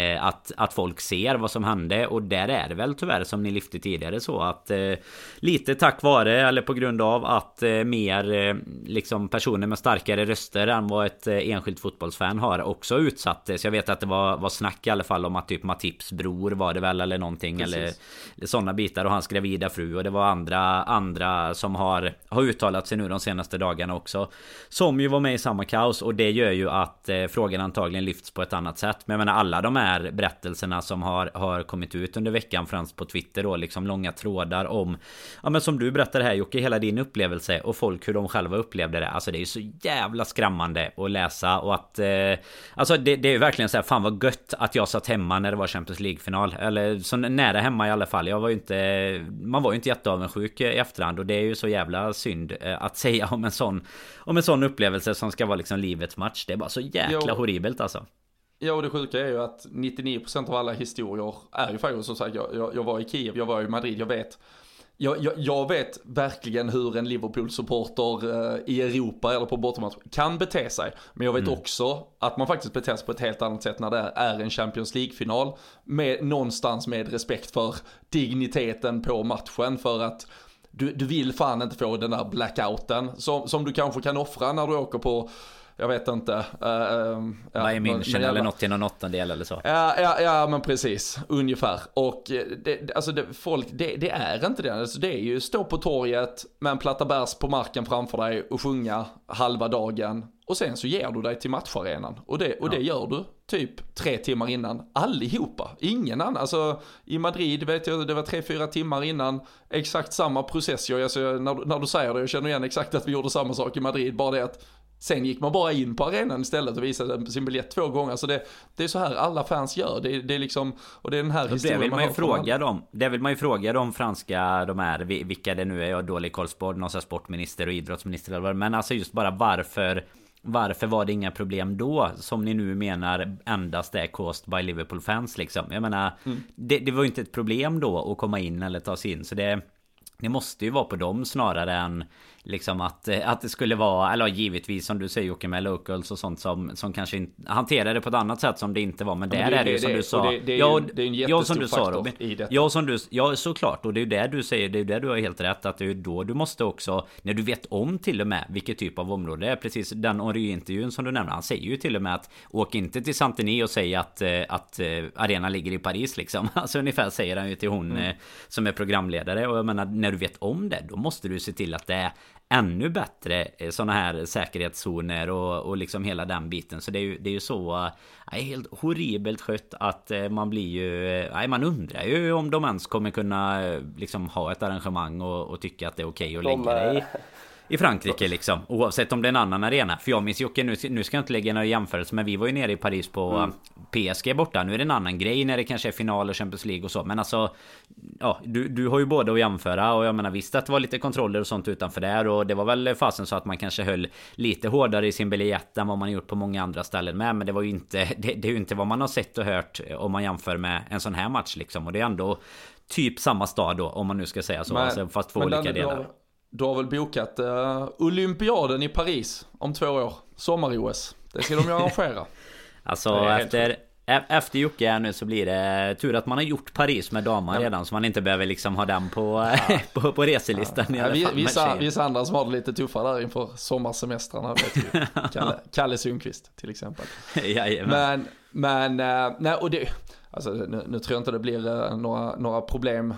att folk ser vad som hände. Och där är det väl tyvärr, som ni lyfte tidigare, så att lite tack vare eller på grund av att mer liksom personer med starkare röster än vad ett enskilt fotbollsfan har också utsattes. Jag vet att det var snack i alla fall om att typ Matips bror var det väl eller någonting. Precis. Eller sådana bitar, och hans gravida fru, och det var andra som har uttalat sig nu de senaste dagarna också, som ju var med i samma kaos. Och det gör ju att frågan antagligen lyfts på ett annat sätt. Men jag menar, alla de här berättelserna som har kommit ut under veckan, främst på Twitter då, liksom långa trådar om, ja men som du berättade här Jocke, hela din upplevelse och folk hur de själva upplevde det. Alltså det är ju så jävla skrämmande att läsa, och att alltså det är ju verkligen så här, fan vad gött att jag satt hemma när det var Champions League-final, eller så nära hemma i alla fall. Man var ju inte jätteavundsjuk i efterhand, och det är ju så jävla synd att säga om en sån upplevelse som ska vara liksom livets match. Det är bara så jäkla horribelt alltså. Ja, och det sjuka är ju att 99% av alla historier är ju faktiskt, som sagt, jag var i Kiev, jag var i Madrid, jag vet verkligen hur en Liverpool-supporter i Europa eller på bortamatch kan bete sig. Men jag vet också att man faktiskt beter sig på ett helt annat sätt när det är en Champions League-final, någonstans med respekt för digniteten på matchen, för att du vill fan inte få den där blackouten som du kanske kan offra när du åker på, jag vet inte, Bayern München eller något i någon åttondel eller så. Ja, men precis, ungefär. Och det är inte det. Alltså, det är ju stå på torget med en platta bärs på marken framför dig och sjunga halva dagen. Och sen så ger du dig till matcharenan. Och det gör du typ 3 timmar innan. Allihopa. Ingen annan. Alltså i Madrid vet jag, det var 3-4 timmar innan. Exakt samma process. När du säger det, jag känner igen exakt att vi gjorde samma sak i Madrid. Bara det att sen gick man bara in på arenan istället och visade sin biljett 2 gånger. Så det är så här alla fans gör. Det är liksom, och det är den här historien. Det vill man ju fråga de franska, de här, vilka det nu är, jag dålig kollsport, någon sportminister och idrottsminister eller vad. Men alltså just bara varför var det inga problem då, som ni nu menar endast är caused by Liverpool fans liksom. Jag menar, det var ju inte ett problem då att komma in eller ta sig in. Så det måste ju vara på dem snarare än liksom att det skulle vara, eller givetvis som du säger Jocke, med locals och sånt som kanske inte hanterar det på ett annat sätt som det inte var, men där är det ju som du sa. Det är en jättestor faktor i detta. Ja, såklart, och det är ju det du säger, det är ju det du har helt rätt, att det är då du måste också, när du vet om till och med vilket typ av område det är, precis den Henry-intervjun som du nämnde, han säger ju till och med att åk inte till Saint-Denis och säg att arenan ligger i Paris liksom. Alltså ungefär säger han ju till hon som är programledare, och jag menar, när du vet om det, då måste du se till att det är ännu bättre såna här säkerhetszoner och liksom hela den biten. Så det är ju så helt horribelt skött att man blir ju, man undrar ju om de ens kommer kunna liksom ha ett arrangemang och tycka att det är okej att lägga det i. i Frankrike liksom, oavsett om det är en annan arena. För jag minns Jocke, nu ska jag inte lägga några jämförelser, men vi var ju nere i Paris på PSG borta. Nu är det en annan grej när det kanske är final och Champions League och så. Men alltså, ja, du har ju både att jämföra. Och jag menar visst att det var lite kontroller och sånt utanför där. Och det var väl fasen så att man kanske höll lite hårdare i sin biljett än vad man gjort på många andra ställen med. Men det var ju inte, det är ju inte vad man har sett och hört om man jämför med en sån här match liksom. Och det är ändå typ samma stad då, om man nu ska säga så. Alltså, fast två olika delar. Du har väl bokat Olympiaden i Paris om 2 år. Sommar-OS. Det ska de ju arrangera. Alltså efter Jocke här nu så blir det tur att man har gjort Paris med damer redan, så man inte behöver liksom ha den på reselistan i alla fall. Vissa andra som har det lite tuffare där inför sommarsemestrarna vet ju. Kalle Sundqvist till exempel. Men nej, och det, alltså, nu tror jag inte det blir några problem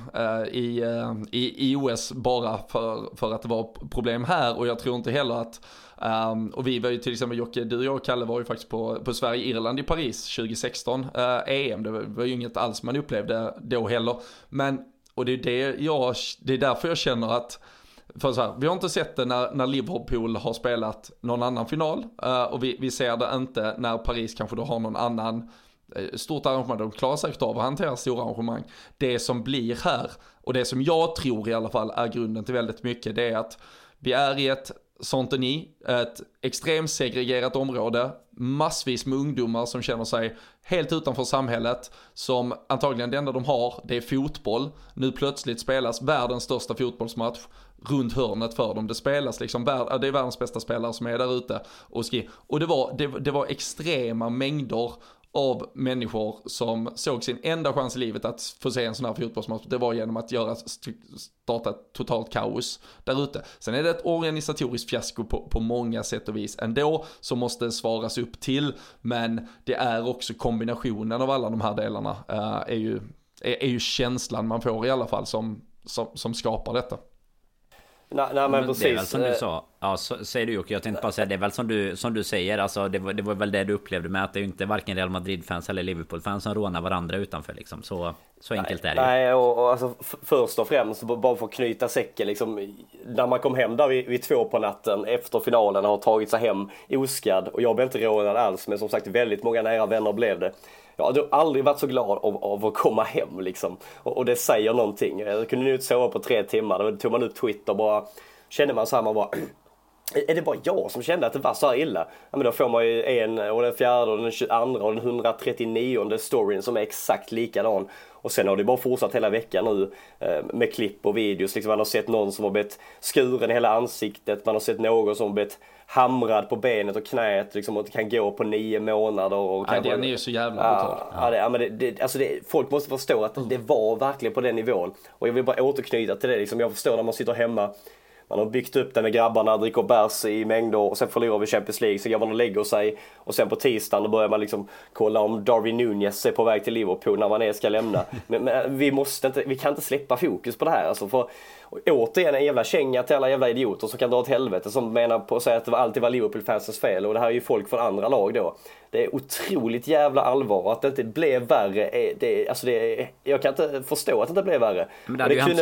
i OS bara för att det var problem här, och jag tror inte heller att och vi var ju till exempel, Jocke, du och jag och Kalle var ju faktiskt på Sverige-Irland i Paris 2016 EM. Det var ju inget alls man upplevde då heller, men och det är därför jag känner att, för så här, vi har inte sett det när Liverpool har spelat någon annan final, och vi ser det inte när Paris kanske då har någon annan stort arrangemang. De klarar säkert av att hantera stora arrangemang. Det som blir här, och det som jag tror i alla fall är grunden till väldigt mycket, det är att vi är i ett ett extremt segregerat område, massvis med ungdomar som känner sig helt utanför samhället, som antagligen det enda de har, det är fotboll. Nu plötsligt spelas världens största fotbollsmatch runt hörnet för dem. Det spelas liksom, det är världens bästa spelare som är där ute och det var extrema mängder av människor som såg sin enda chans i livet att få se en sån här fotbollsmatch. Det var genom att starta ett totalt kaos där ute. Sen är det ett organisatoriskt fiasko på många sätt och vis ändå, som måste svaras upp till. Men det är också kombinationen av alla de här delarna är ju känslan man får i alla fall som skapar detta. Nej, men precis. Det är väl som du sa. Ja, säger du Jocke, jag tänkte bara säga, det är väl som du säger, alltså det var väl det du upplevde med att det är ju inte varken Real Madrid-fans eller Liverpool-fans som rånar varandra utanför liksom. Så enkelt är det. Nej, och alltså, först och främst bara för att knyta säcken liksom, när man kom hem där vid 2 på natten efter finalen och har tagit sig hem oskadd, och jag blev inte rånad alls, men som sagt väldigt många nära vänner blev det. Jag hade aldrig varit så glad av att komma hem liksom. Och det säger någonting. Jag kunde nu inte sova på 3 timmar. Då tog man upp Twitter och bara kände man så här, man bara är det bara jag som kände att det var så här illa? Ja, men då får man ju en och den 4:e och den 22:a och den 139:e storyn som är exakt likadan. Och sen har det bara fortsatt hela veckan nu med klipp och videos. Liksom man har sett någon som har blivit skuren i hela ansiktet. Man har sett någon som har blivit hamrad på benet och knät liksom, och kan gå på 9 månader. Och det är ju så jävla brutalt. Folk måste förstå att det var verkligen på den nivån. Och jag vill bara återknyta till det. Liksom, jag förstår när man sitter hemma. Man har byggt upp det med grabbarna, dricker bärs i mängder och sen förlorar vi Champions League, så går man och lägger sig och sen på tisdagen då börjar man liksom kolla om Darwin Núñez är på väg till Liverpool när man ska lämna. Men vi kan inte släppa fokus på det här alltså, för återigen en jävla känga till alla jävla idioter som kan dra åt helvete, som menar på att säga att det alltid var Liverpool-fansens fel, och det här är ju folk från andra lag då. Det är otroligt jävla allvar att det inte blev värre. Jag kan inte förstå att det inte blev värre. Men det kunde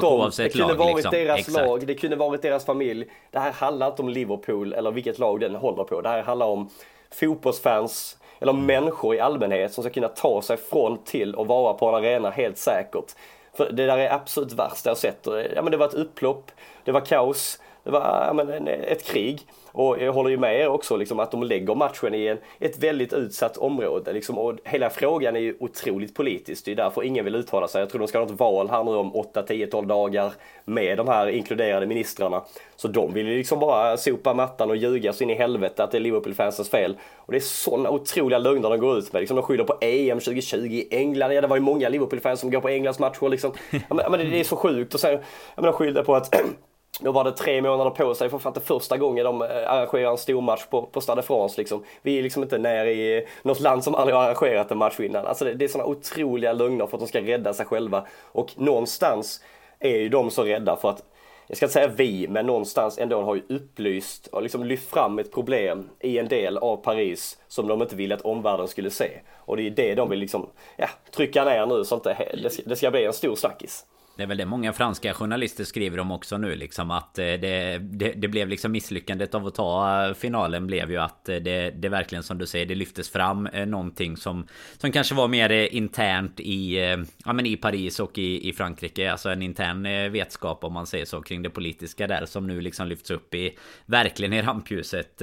varit deras lag, det kunde varit deras familj. Det här handlar inte om Liverpool eller vilket lag den håller på. Det här handlar om fotbollsfans eller människor i allmänhet som ska kunna ta sig från till och vara på en arena helt säkert. För det där är absolut värsta jag sett. Ja, men det var ett upplopp, det var kaos, det var ett krig. Och jag håller ju med er också liksom, att de lägger matchen i ett väldigt utsatt område. Liksom, och hela frågan är ju otroligt politisk. Det är därför ingen vill uttala sig. Jag tror de ska ha något val här nu om 8, 10, 12 dagar med de här inkluderade ministrarna. Så de vill ju liksom bara sopa mattan och ljuga så in i helvete att det är Liverpool-fansens fel. Och det är sådana otroliga lögner de går ut med. Liksom, de skyller på EM 2020 i England. Ja, det var ju många Liverpool-fans som går på Englands matcher. Liksom. Men det är så sjukt. Och sen de skyller på att då var det 3 månader på sig för inte första gången de arrangerar en stor match på Stade de France. Liksom. Vi är liksom inte nära i något land som aldrig har arrangerat en match innan. Alltså det är sådana otroliga lögner för att de ska rädda sig själva. Och någonstans är ju de så rädda för att, jag ska inte säga vi, men någonstans ändå har ju upplyst och liksom lyft fram ett problem i en del av Paris som de inte ville att omvärlden skulle se. Och det är det de vill liksom, trycka ner nu så att det ska bli en stor snackis. Det är väl det många franska journalister skriver om också nu liksom, att det blev liksom misslyckandet av att ta finalen blev ju att det verkligen, som du säger, det lyftes fram någonting som kanske var mer internt i Paris och i Frankrike, alltså en intern vetskap, om man säger så, kring det politiska där, som nu liksom lyfts upp verkligen i rampljuset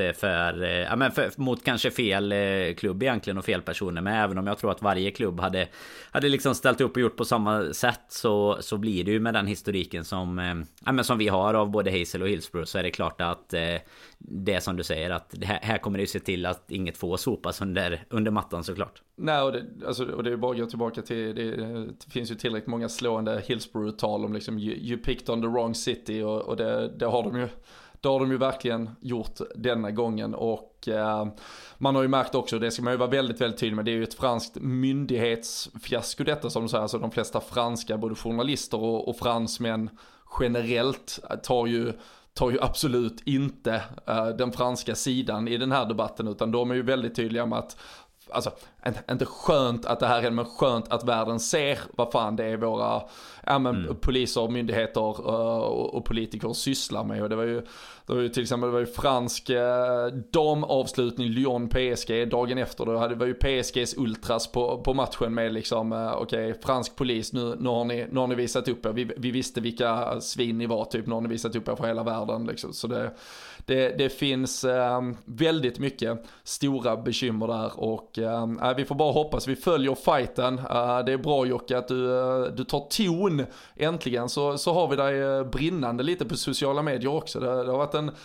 mot kanske fel klubb egentligen och fel personer. Men även om jag tror att varje klubb hade liksom ställt upp och gjort på samma sätt, så blir det ju med den historiken som vi har av både Hazel och Hillsborough, så är det klart att det som du säger, att här kommer det ju se till att inget får sopas under mattan, såklart. Nej, och det är bara att gå tillbaka till det finns ju tillräckligt många slående Hillsborough-tal om liksom you picked on the wrong city, och det har de ju verkligen gjort denna gången. Och man har ju märkt också, det ska man ju vara väldigt, väldigt tydlig med, det är ju ett franskt myndighetsfiasko detta, som du säger. Alltså de flesta franska, både journalister och fransmän generellt, tar ju absolut inte den franska sidan i den här debatten, utan de är ju väldigt tydliga med att, alltså, inte skönt att det här är, men skönt att världen ser vad fan det är våra poliser, myndigheter och politiker sysslar med. Och det var ju till exempel, det var ju fransk damavslutning Lyon PSG dagen efter. Då var ju PSGs ultras på matchen med liksom okej, fransk polis, nu har ni visat upp er. Vi visste vilka svin ni var, typ, nu har ni visat upp er för hela världen liksom. Så det finns väldigt mycket stora bekymmer där, och vi får bara hoppas, vi följer fighten. Det är bra, Jocke, att du tar ton äntligen, så har vi dig brinnande lite på sociala medier också. Det har varit en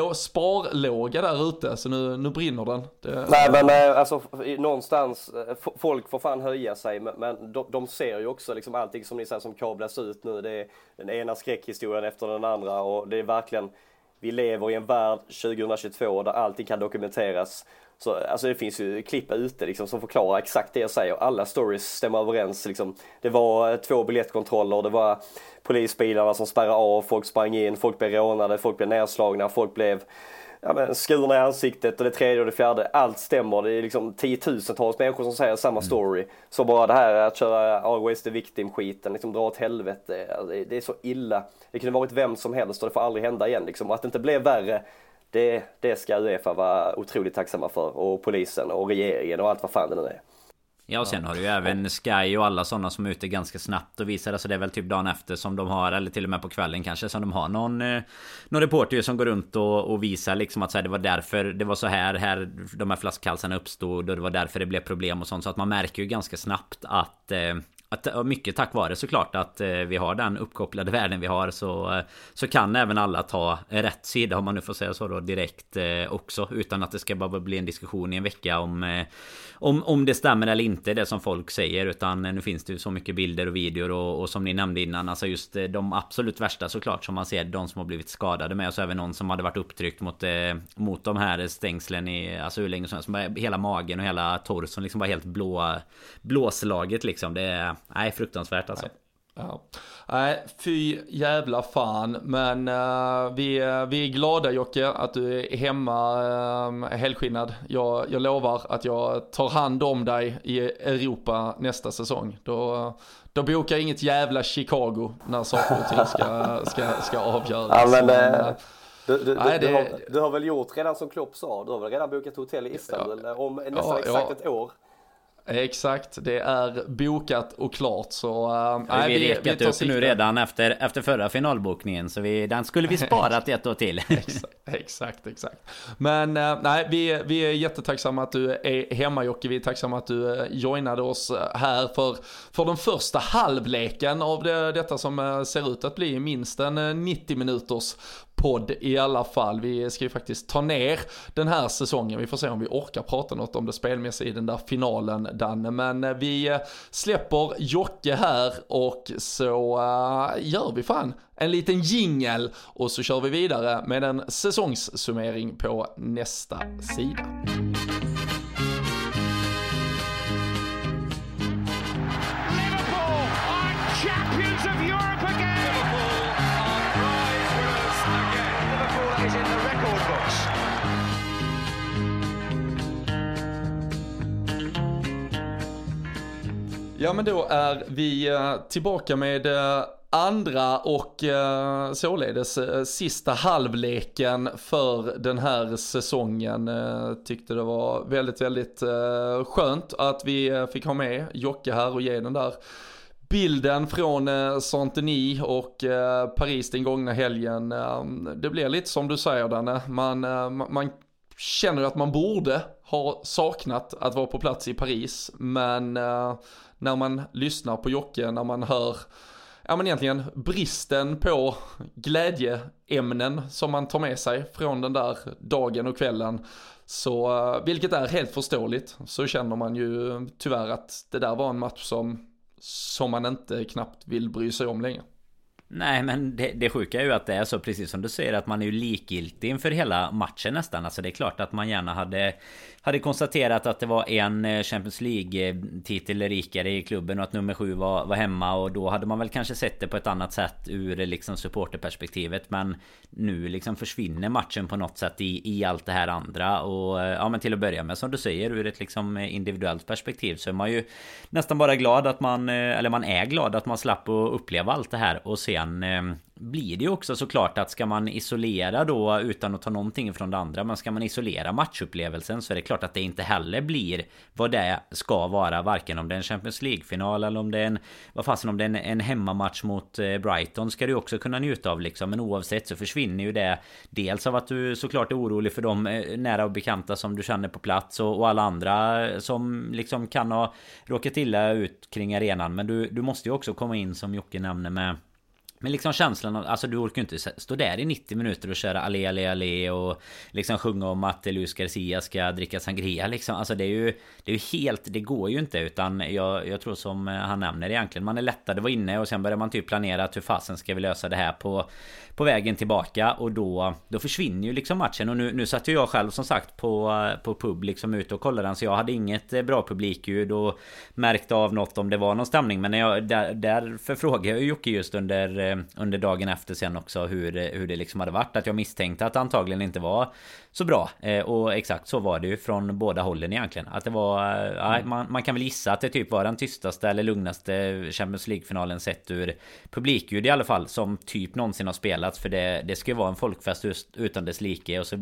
sparlåga där ute, så nu brinner den. Nej, men alltså någonstans, folk får fan höja sig, men de ser ju också liksom allting som ni säger som kablas ut nu. Det är den ena skräckhistorien efter den andra, och det är verkligen, vi lever i en värld 2022 där allting kan dokumenteras. Så alltså det finns ju klipp ute liksom som förklarar exakt det jag säger. Alla stories stämmer överens liksom. Det var 2 biljettkontroller, det var polisbilarna som spärrade av, folk sprang in, folk blev rånade, folk blev nedslagna, folk blev skurna i ansiktet, och det tredje och det fjärde. Allt stämmer, det är liksom 10,000-tals människor som säger samma story. Så bara det här att köra always the victim-skiten, liksom dra åt helvete, det är så illa. Det kunde varit vem som helst, och det får aldrig hända igen liksom. Och att det inte blev värre, det ska UEFA vara otroligt tacksamma för, och polisen och regeringen och allt vad fan det nu är. Ja, och sen har du ju även Sky och alla sådana som är ute ganska snabbt och visar. Alltså det är väl typ dagen efter som de har, eller till och med på kvällen kanske, som de har någon reporter som går runt och visar liksom att så här, det var därför det var så här de här flaskhalsarna uppstod, och det var därför det blev problem och sånt. Så att man märker ju ganska snabbt att mycket tack vare såklart att vi har den uppkopplade världen vi har, så kan även alla ta rätt sida, om man nu får säga så då, direkt också, utan att det ska bara bli en diskussion i en vecka om det stämmer eller inte, det som folk säger. Utan nu finns det ju så mycket bilder och videor och som ni nämnde innan, alltså just de absolut värsta såklart som man ser, de som har blivit skadade med, och så även någon som hade varit upptryckt mot de här stängslen i, alltså hur länge som helst, hela magen och hela torson liksom bara helt blåslaget liksom. Det är fruktansvärt alltså. Ja. Nej, fy jävla fan. Men vi är glada, Jocke, att du är hemma helskinnad. Jag lovar att jag tar hand om dig i Europa nästa säsong. Då bokar inget jävla Chicago när saker och ting ska avgöras. Ja, men du har väl gjort redan som Klopp sa, du har väl redan bokat hotell i Istanbul om nästan exakt ett år. Exakt, det är bokat och klart. Så vi räknat upp nu redan efter förra finalbokningen, så den skulle vi spara till ett år till. Exakt. Men nej, vi är jättetacksamma att du är hemma, Jocke. Vi är tacksamma att du joinade oss här för den första halvleken av detta som ser ut att bli minst en 90 minuters podd i alla fall. Vi ska ju faktiskt ta ner den här säsongen. Vi får se om vi orkar prata något om det spelmässiga i den där finalen, Danne. Men vi släpper Jocke här, och så gör vi fan en liten jingle, och så kör vi vidare med en säsongssummering på nästa sida. Liverpool are champions of Europe again. Liverpool are prize winners again. Liverpool is in the record books. Ja, men då är vi tillbaka med andra och således sista halvleken för den här säsongen. Tyckte det var väldigt, väldigt skönt att vi fick ha med Jocke här och ge den där bilden från Saint-Denis och Paris den gångna helgen. Det blir lite som du säger, Danne. Man känner att man borde ha saknat att vara på plats i Paris, men när man lyssnar på Jocke, när man hör men egentligen bristen på glädjeämnen som man tar med sig från den där dagen och kvällen, så vilket är helt förståeligt, så känner man ju tyvärr att det där var en match som man inte knappt vill bry sig om längre. Nej, men det sjuka är ju att det är så, precis som du säger, att man är ju likgiltig inför hela matchen nästan. Alltså det är klart att man gärna hade konstaterat att det var en Champions League-titel rikare i klubben och att nummer 7 var hemma, och då hade man väl kanske sett det på ett annat sätt ur liksom supporterperspektivet. Men nu liksom försvinner matchen på något sätt i allt det här andra. Och ja, men till att börja med, som du säger, ur ett liksom individuellt perspektiv så är man ju nästan bara glad att man är glad att man slapp att uppleva allt det här. Och sen blir det ju också såklart att ska man isolera då, utan att ta någonting från det andra, men ska man isolera matchupplevelsen, så är det klart att det inte heller blir vad det ska vara, varken om det är en Champions League-final eller om det är om det är en hemmamatch mot Brighton, ska du också kunna njuta av liksom. Men oavsett så försvinner ju det, dels av att du såklart är orolig för de nära och bekanta som du känner på plats och alla andra som liksom kan ha råkat illa ut kring arenan, men du måste ju också komma in, som Jocke nämner, med liksom känslan av, alltså du orkar inte stå där i 90 minuter och köra allé och liksom sjunga om att Luis Garcia ska dricka sangria liksom. Alltså det är ju helt, det går ju inte, utan jag tror som han nämner egentligen, man är lättare att vara inne och sen börjar man typ planera att hur fasen ska vi lösa det här på vägen tillbaka, och då försvinner ju liksom matchen. Och nu satt ju jag själv som sagt på pub liksom ute och kollade den, så jag hade inget bra publikljud och märkte av något om det var någon stämning, men därför frågade jag Jocke just under dagen efter sen också hur det liksom hade varit, att jag misstänkte att det antagligen inte var så bra, och exakt så var det ju från båda hållen egentligen, att det var man kan väl gissa att det typ var den tystaste eller lugnaste Champions League-finalen sett ur publikljud i alla fall som typ någonsin har spelats, för det ska ju vara en folkfest utan dess like, och så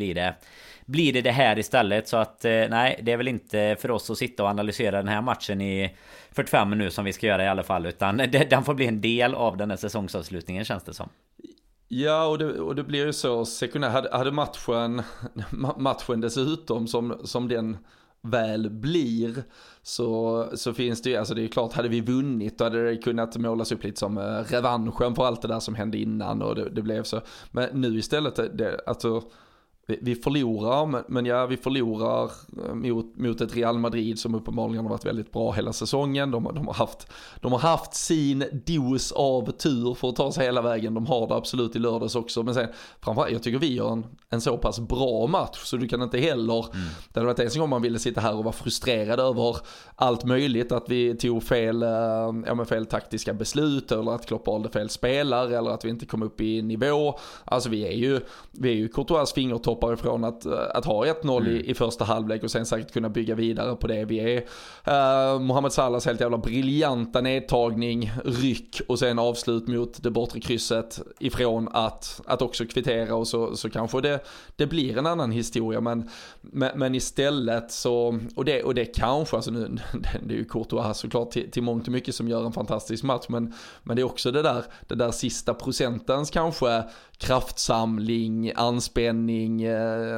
blir det här istället. Så att nej, det är väl inte för oss att sitta och analysera den här matchen i 45 minuter som vi ska göra i alla fall, utan den får bli en del av den här säsongsavslutningen, känns det som. Ja, och det blir ju så sekundär. Hade matchen dessutom som den väl blir, så finns det ju, alltså det är klart, hade vi vunnit då hade det kunnat målas upp lite som revanschen för allt det där som hände innan, och det blev så. Men nu istället, alltså vi förlorar, men ja, vi förlorar mot ett Real Madrid som uppenbarligen har varit väldigt bra hela säsongen. De har haft sin dos av tur för att ta sig hela vägen. De har det absolut i lördags också. Men sen, framförallt, jag tycker vi gör en så pass bra match, så du kan inte heller, det hade varit en gång man ville sitta här och vara frustrerad över allt möjligt, att vi tog fel taktiska beslut, eller att Klopp valde fel spelare, eller att vi inte kom upp i nivå. Alltså vi är ju Courtois fingertopp ifrån att ha 1-0 i första halvlek och sen säkert kunna bygga vidare på det. Vi är Mohamed Salahs helt jävla briljanta nedtagning, ryck och sen avslut mot det bortre krysset ifrån att också kvittera, och så kanske det blir en annan historia, men istället så, och det kanske, alltså nu, det är ju Courtois såklart till mångt och mycket som gör en fantastisk match, men det är också det där sista procentens kanske kraftsamling, anspänning,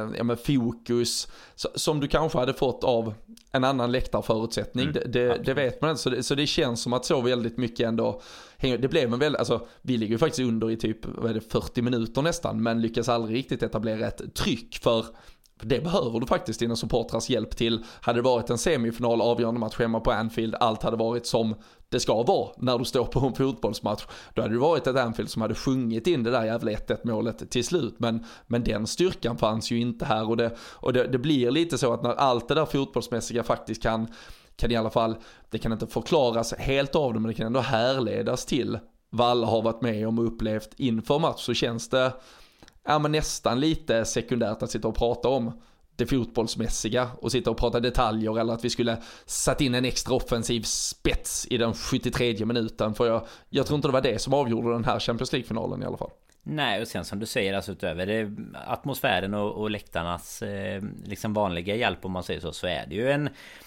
fokus som du kanske hade fått av en annan läktarförutsättning. Det vet man inte, så det känns som att så väldigt mycket ändå det blev en väldigt, alltså vi ligger ju faktiskt under i typ 40 minuter nästan, men lyckas aldrig riktigt etablera ett tryck, för det behöver du faktiskt dina supportrars hjälp till. Hade det varit en semifinal avgörande match hemma på Anfield, allt hade varit som det ska vara när du står på en fotbollsmatch, då hade det varit ett Anfield som hade sjungit in det där jävla 1-1 målet till slut, men den styrkan fanns ju inte här, och det blir lite så att när allt det där fotbollsmässiga faktiskt kan i alla fall, det kan inte förklaras helt av det, men det kan ändå härledas till vad alla har varit med om och upplevt inför match, så känns det men nästan lite sekundärt att sitta och prata om det fotbollsmässiga och sitta och prata detaljer, eller att vi skulle satt in en extra offensiv spets i den 73:e minuten, för jag tror inte det var det som avgjorde den här Champions League-finalen i alla fall. Nej, och sen som du säger, alltså utöver det, atmosfären och läktarnas liksom vanliga hjälp, om man säger så är det ju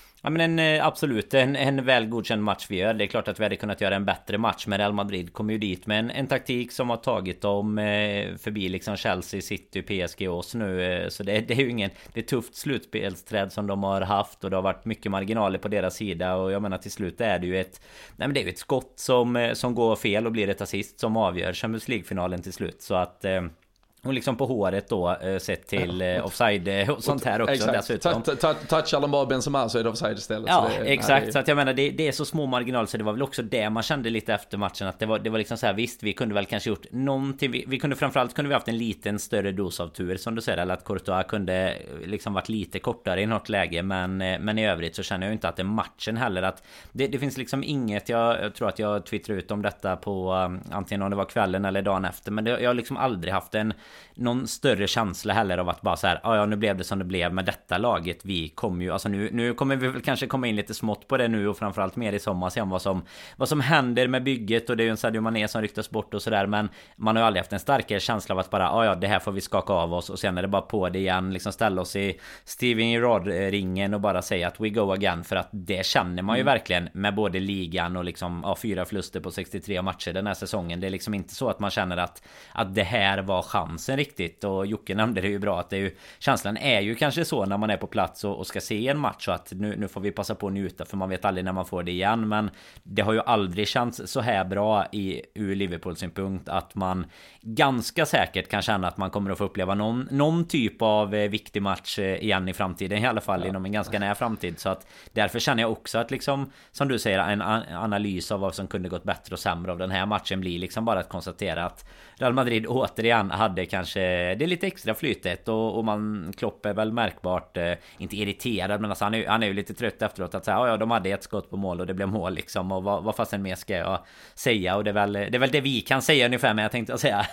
absolut en väl godkänd match vi gör. Det är klart att vi hade kunnat göra en bättre match, men Real Madrid kommer ju dit med en taktik som har tagit dem förbi liksom Chelsea, City, PSG och oss nu. Så det är ju det är tufft slutspelsträd som de har haft, och det har varit mycket marginaler på deras sida, och jag menar till slut är det ju ett skott som går fel och blir ett assist som avgör Champions League-finalen till slut. Så att och liksom på håret då sett till offside och sånt här också. Exakt. Touchar de bara Benzema så är det offside istället. Ja, exakt. Så att jag menar, det är så små marginaler, så det var väl också det man kände lite efter matchen, att det var liksom så här, visst, vi kunde väl kanske gjort någonting. Vi kunde framförallt kunde vi haft en liten större dos av tur, som du säger, eller att Courtois kunde liksom varit lite kortare i något läge, men i övrigt så känner jag inte att det är matchen heller, att det finns liksom inget. Jag tror att jag twittrade ut om detta på antingen om det var kvällen eller dagen efter, men jag har liksom aldrig haft någon större känsla heller av att bara så här, ja nu blev det som det blev med detta laget. Vi kommer ju, alltså nu kommer vi väl kanske komma in lite smått på det nu, och framförallt mer i sommar, se vad som händer med bygget, och det är ju en Sadio Mané som ryktas bort och sådär, men man har ju aldrig haft en starkare känsla av att bara, ja det här får vi skaka av oss, och sen är det bara på det igen, liksom ställa oss i Steven Gerrard-ringen och bara säga att we go again, för att det känner man ju verkligen med både ligan och liksom 4 förluster på 63 matcher den här säsongen. Det är liksom inte så att man känner att det här var chansen riktigt, och Jocke nämnde det ju bra, att det är ju, känslan är ju kanske så när man är på plats och ska se en match, så att nu får vi passa på att njuta, för man vet aldrig när man får det igen, men det har ju aldrig känts så här bra ur Liverpools synpunkt, att man ganska säkert kan känna att man kommer att få uppleva någon typ av viktig match igen i framtiden, i alla fall inom en ganska nära framtid. Så att därför känner jag också att liksom, som du säger, en analys av vad som kunde gått bättre och sämre av den här matchen blir liksom bara att konstatera att Real Madrid återigen hade kanske det är lite extra flytet, och Klopp är väl märkbart inte irriterad, men alltså han är ju lite trött efteråt att säga, ja de hade ett skott på mål och det blev mål liksom, och vad fasen mer ska jag säga, och det är väl det vi kan säga ungefär, men jag tänkte säga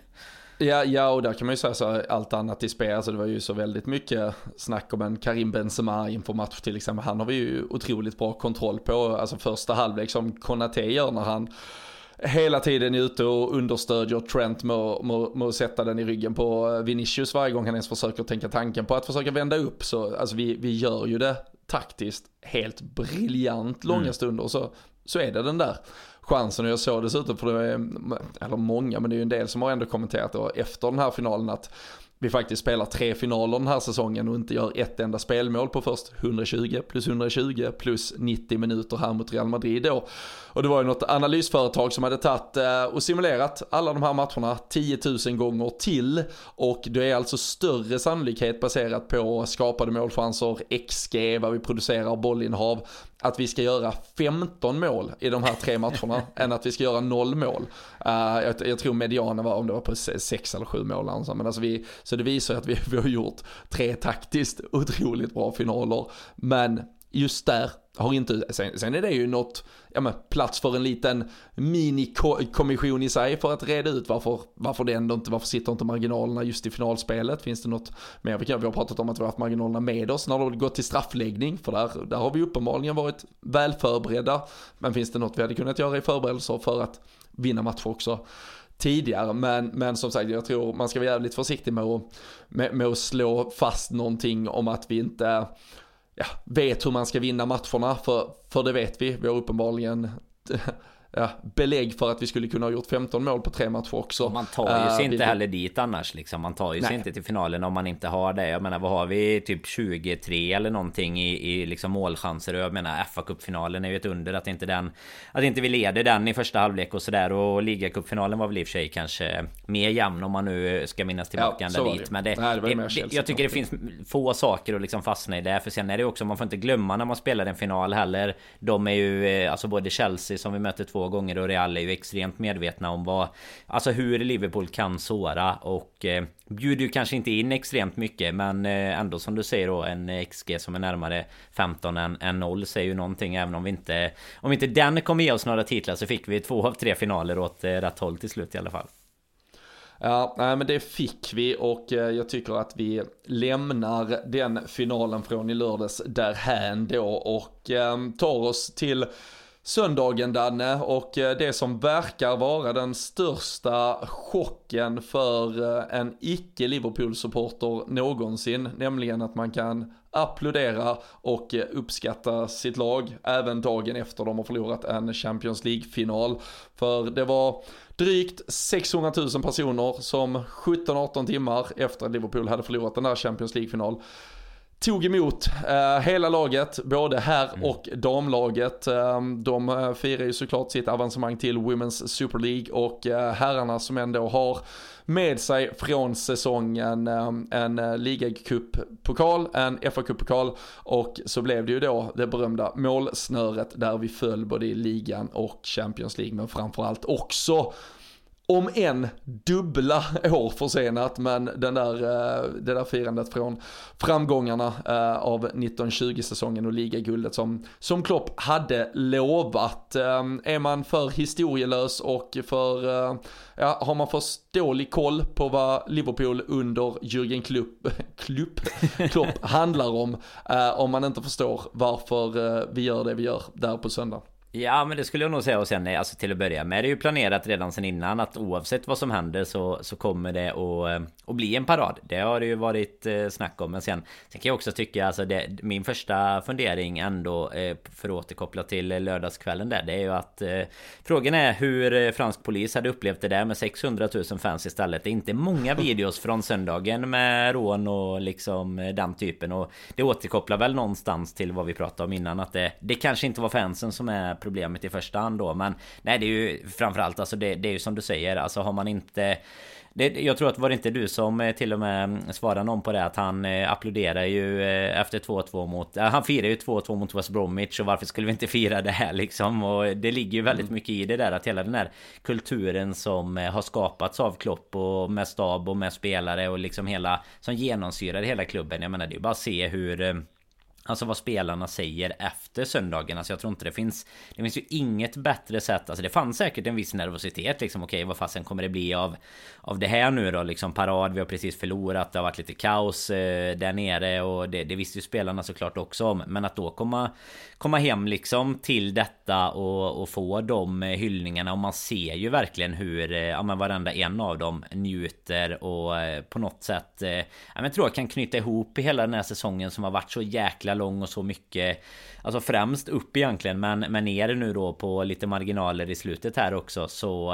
Ja, och där kan man ju säga så, allt annat i spel, alltså det var ju så väldigt mycket snack om en Karim Benzema inför match till exempel. Han har vi ju otroligt bra kontroll på, alltså första halvlek som Konaté gör när han hela tiden är ute och understödjer Trent med att sätta den i ryggen på Vinicius varje gång han ens försöker tänka tanken på att försöka vända upp. Så alltså vi gör ju det taktiskt helt briljant långa stunder, så är det den där chansen. Och jag såg dessutom, för det är, eller många, men det är ju en del som har ändå kommenterat då, efter den här finalen, att vi faktiskt spelar 3 finaler den här säsongen och inte gör ett enda spelmål på först 120 plus 120 plus 90 minuter här mot Real Madrid då. Och det var ju något analysföretag som hade tagit och simulerat alla de här matcherna 10 000 gånger till, och det är alltså större sannolikhet baserat på skapade målchanser, XG, vad vi producerar, bollinnehav, att vi ska göra 15 mål i de här 3 matcherna än att vi ska göra 0 mål. Jag tror medianen var, om det var på 6 eller 7 mål alltså. Men alltså så det visar att vi har gjort 3 taktiskt otroligt bra finaler, men just där har inte, sen är det ju något, plats för en liten mini-kommission i sig för att reda ut varför det ändå inte, varför sitter inte marginalerna just i finalspelet. Finns det något mer? Vi har pratat om att vi har haft marginalerna med oss när det har gått till straffläggning, för där har vi uppenbarligen varit väl förberedda, men finns det något vi hade kunnat göra i förberedelser för att vinna matcher också tidigare? Men som sagt, jag tror man ska vara jävligt försiktig med att slå fast någonting om att vi inte vet hur man ska vinna matcherna, för det vet vi har uppenbarligen belägg för att vi skulle kunna ha gjort 15 mål på 3 matcher också. Man tar ju sig inte heller dit annars liksom. Man tar ju sig inte till finalen om man inte har det. Jag menar, vad har vi? Typ 23 eller någonting i liksom målchanser. Och jag menar, FA-cupfinalen är ju ett under att inte vi leder den i första halvlek och sådär. Och ligacupfinalen var väl i och för sig kanske mer jämn, om man nu ska minnas tillbaka ända dit. Men jag tycker det finns få saker att liksom fastna i det. För sen är det också, man får inte glömma när man spelar en final heller. De är ju, alltså både Chelsea som vi möter 2 gånger och Real är ju extremt medvetna om hur Liverpool kan såra, och bjuder ju kanske inte in extremt mycket, men ändå som du säger då, en XG som är närmare 15 än 0 säger ju någonting. Även om inte den kommer ge oss några titlar, så fick vi 2 av 3 finaler åt rätt håll till slut i alla fall. Ja, men det fick vi och jag tycker att vi lämnar den finalen från i lördags därhän då och tar oss till söndagen, Danne, och det som verkar vara den största chocken för en icke-Liverpool-supporter någonsin, nämligen att man kan applådera och uppskatta sitt lag även dagen efter de har förlorat en Champions League-final. För det var drygt 600 000 personer som 17-18 timmar efter att Liverpool hade förlorat den där Champions League-final tog emot hela laget, både herr- och damlaget. De firar ju såklart sitt avancemang till Women's Super League och herrarna som ändå har med sig från säsongen en ligacup-pokal, en FA-cup-pokal, och så blev det ju då det berömda målsnöret där vi föll både i ligan och Champions League, men framförallt också om en dubbla år försenat, men det där firandet från framgångarna av 1920-säsongen och ligaguldet som Klopp hade lovat. Är man för historielös och har man för dålig koll på vad Liverpool under Jürgen Klopp handlar om man inte förstår varför vi gör det vi gör där på söndag? Ja, men det skulle jag nog säga. Och sen, alltså till att börja med, det är ju planerat redan sen innan att oavsett vad som händer så kommer det att bli en parad. Det har det ju varit snack om. Men sen kan jag också tycka, alltså min första fundering ändå, för att återkoppla till lördagskvällen där, det är ju att frågan är hur fransk polis hade upplevt det där med 600 000 fans istället. Det är inte många videos från söndagen med rån och liksom den typen, och det återkopplar väl någonstans till vad vi pratade om innan, att det kanske inte var fansen som är problemet i första hand då, men nej, det är ju framförallt, alltså det är ju som du säger, alltså har man inte jag tror att var det inte du som till och med svarade någon på det, att han applåderar ju efter 2-2 mot han firar ju 2-2 mot West Bromwich, och varför skulle vi inte fira det här liksom? Och det ligger ju väldigt mycket i det där, att hela den här kulturen som har skapats av Klopp och med stab och med spelare och liksom hela, som genomsyrar hela klubben. Jag menar, det är ju bara att se hur, alltså vad spelarna säger efter söndagen. Alltså jag tror inte det finns ju inget bättre sätt. Alltså det fanns säkert en viss nervositet liksom, okej, vad fasen kommer det bli av det här nu då, liksom parad, vi har precis förlorat, det har varit lite kaos där nere, och det visste ju spelarna såklart också om. Men att då komma hem liksom till detta och få de hyllningarna, och man ser ju verkligen hur varenda en av dem njuter och på något sätt jag tror jag kan knyta ihop i hela den här säsongen som har varit så jäkla lång och så mycket, alltså främst upp egentligen, men ner nu då på lite marginaler i slutet här också,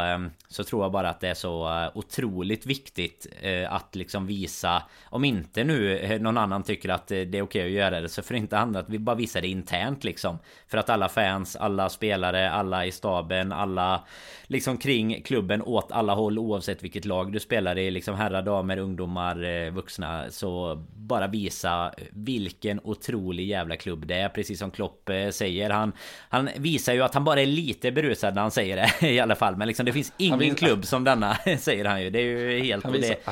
så tror jag bara att det är så otroligt viktigt att liksom visa, om inte nu någon annan tycker att det är okej att göra det, så för inte annat att vi bara visar det internt liksom, för att alla fans, alla spelare, alla i staben, alla liksom kring klubben åt alla håll, oavsett vilket lag du spelar i, liksom herrar, damer, ungdomar, vuxna, så bara visa vilken otrolig jävla klubb det är, precis som Klopp säger. Han visar ju att han bara är lite berusad när han säger det i alla fall, men liksom det finns ingen klubb som denna, säger han ju. Det är ju helt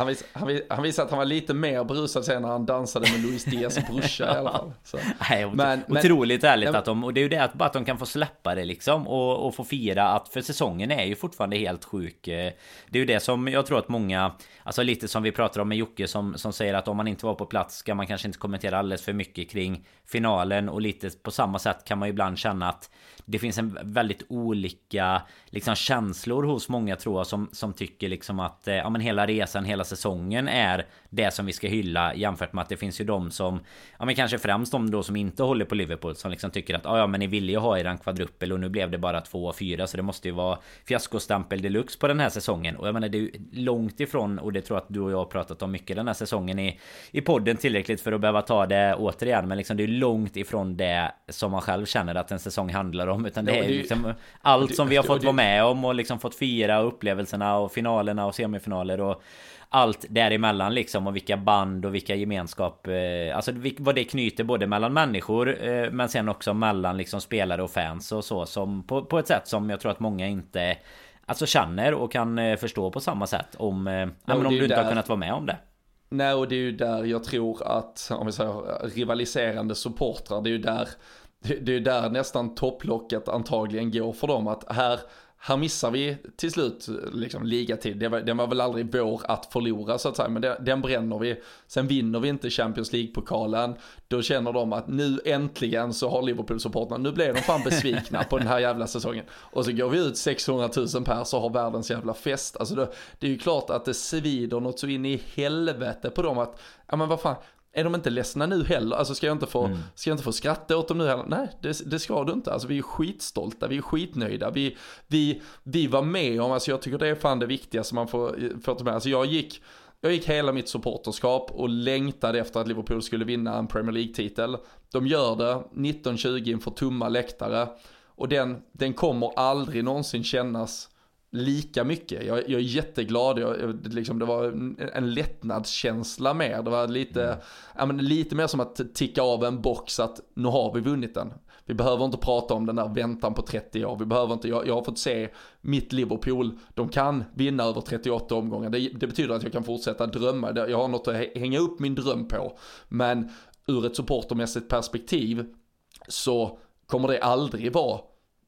han visar att han var lite mer berusad sen när han dansade med Luis Diaz brorsa i alla fall. Så. Nej, otroligt ärligt att och det är ju det att de kan få släppa det liksom och få fira att, för säsongen är ju fortfarande helt sjuk. Det är ju det som jag tror att många, alltså lite som vi pratar om med Jocke som säger att om man inte var på plats ska man kanske inte kommentera alldeles för mycket kring finalen, och lite på samma sätt kan man ju ibland känna att det finns en väldigt olika liksom känslor hos många, tror jag, som tycker liksom att men hela resan, hela säsongen är det som vi ska hylla, jämfört med att det finns ju de som, men kanske främst de då som inte håller på Liverpool, som liksom tycker att men ni ville ju ha eran kvadruppel och nu blev det bara 2-4, så det måste ju vara fiaskostämpel deluxe på den här säsongen. Och jag menar, det är ju långt ifrån, och det tror jag att du och jag har pratat om mycket den här säsongen i podden, tillräckligt för att behöva ta det återigen, men liksom det är långt ifrån det som man själv känner att en säsong handlar om, utan det är liksom allt som vi har fått vara med om och liksom fått fira, upplevelserna och finalerna och semifinaler och allt däremellan liksom, och vilka band och vilka gemenskap, alltså vad det knyter både mellan människor men sen också mellan liksom spelare och fans och så, som på ett sätt som jag tror att många inte alltså känner och kan förstå på samma sätt om du inte har kunnat vara med om det. Nej, och det är ju där jag tror att, om vi säger rivaliserande supportrar, det är ju där nästan topplocket antagligen går för dem, att här missar vi till slut liksom ligatid. Den var väl aldrig vår att förlora så att säga, men den bränner vi. Sen vinner vi inte Champions League-pokalen. Då känner de att nu äntligen så har Liverpool-supporterna, nu blev de fan besvikna på den här jävla säsongen. Och så går vi ut 600 000 pers och har världens jävla fest. Alltså det är ju klart att det svider något så in i helvete på dem att, ja men vad fan, är de inte ledsna nu heller? Alltså ska jag inte få skratta åt dem nu heller? Nej, det ska du inte. Alltså vi är skitstolta, vi är skitnöjda. Vi var med om, alltså jag tycker det är fan det viktigaste man får ta med. Alltså jag gick hela mitt supporterskap och längtade efter att Liverpool skulle vinna en Premier League-titel. De gör det 1920 inför tomma läktare. Och den kommer aldrig någonsin kännas lika mycket. Jag är jätteglad. Det var en lättnadskänsla mer. Det var lite mer som att ticka av en box att nu har vi vunnit den. Vi behöver inte prata om den där väntan på 30 år. Vi behöver inte, jag har fått se mitt Liverpool. De kan vinna över 38 omgångar. Det betyder att jag kan fortsätta drömma. Jag har något att hänga upp min dröm på. Men ur ett supportermässigt perspektiv så kommer det aldrig vara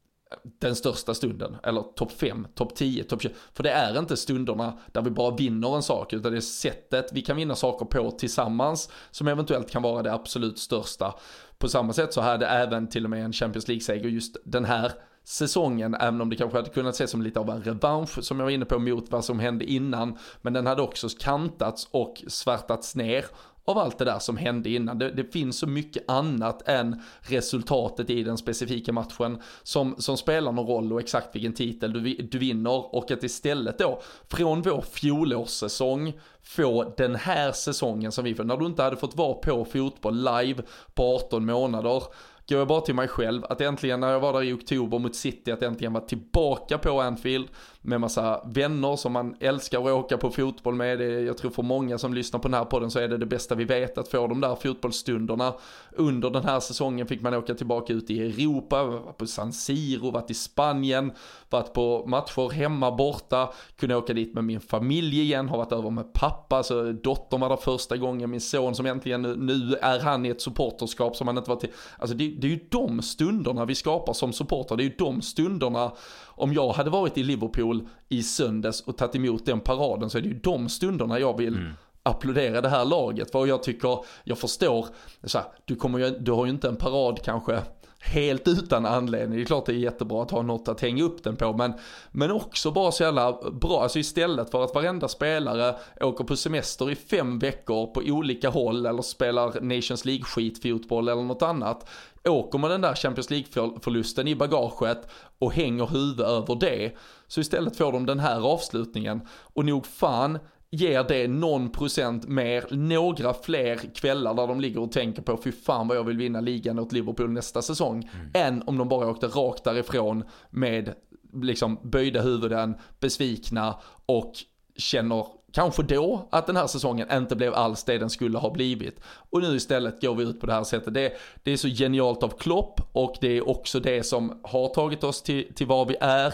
den största stunden, eller topp 5, topp 10, topp 20, för det är inte stunderna där vi bara vinner en sak, utan det är sättet vi kan vinna saker på tillsammans som eventuellt kan vara det absolut största. På samma sätt så hade även till och med en Champions League-seger just den här säsongen, även om det kanske hade kunnat ses som lite av en revansch som jag var inne på mot vad som hände innan, men den hade också kantats och svärtats ner av allt det där som hände innan. Det finns så mycket annat än resultatet i den specifika matchen som spelar någon roll, och exakt vilken titel du vinner, och att istället då från vår fjolårssäsong få den här säsongen som vi får, när du inte hade fått vara på fotboll live på 18 månader. Går jag bara till mig själv att äntligen, när jag var där i oktober mot City, att äntligen vara tillbaka på Anfield med massa vänner som man älskar att åka på fotboll med. Jag tror för många som lyssnar på den här podden så är det bästa vi vet, att få de där fotbollsstunderna. Under den här säsongen fick man åka tillbaka ut i Europa, varit på San Siro, varit i Spanien, varit på matcher hemma borta, kunde åka dit med min familj igen, har varit över med pappa, så dottern var där första gången, min son som äntligen, nu är han i ett supporterskap som han inte var till. Alltså det är ju de stunderna vi skapar som supporter, det är ju de stunderna. Om jag hade varit i Liverpool i söndags och tagit emot den paraden, så är det ju de stunderna jag vill applådera det här laget. För jag förstår, så här, du har ju inte en parad kanske helt utan anledning. Det är klart det är jättebra att ha något att hänga upp den på, men också bara så jävla bra. Alltså istället för att varenda spelare åker på semester i 5 veckor på olika håll eller spelar Nations League skitfotboll eller något annat, åker man den där Champions League-förlusten i bagaget och hänger huvud över det. Så istället får de den här avslutningen, och nog fan ger det någon procent mer, några fler kvällar där de ligger och tänker på fy fan vad jag vill vinna ligan åt Liverpool nästa säsong, än om de bara åkte rakt därifrån med liksom böjda huvuden, besvikna, och känner kanske då att den här säsongen inte blev alls det den skulle ha blivit. Och nu istället går vi ut på det här sättet. Det är så genialt av Klopp, och det är också det som har tagit oss till var vi är.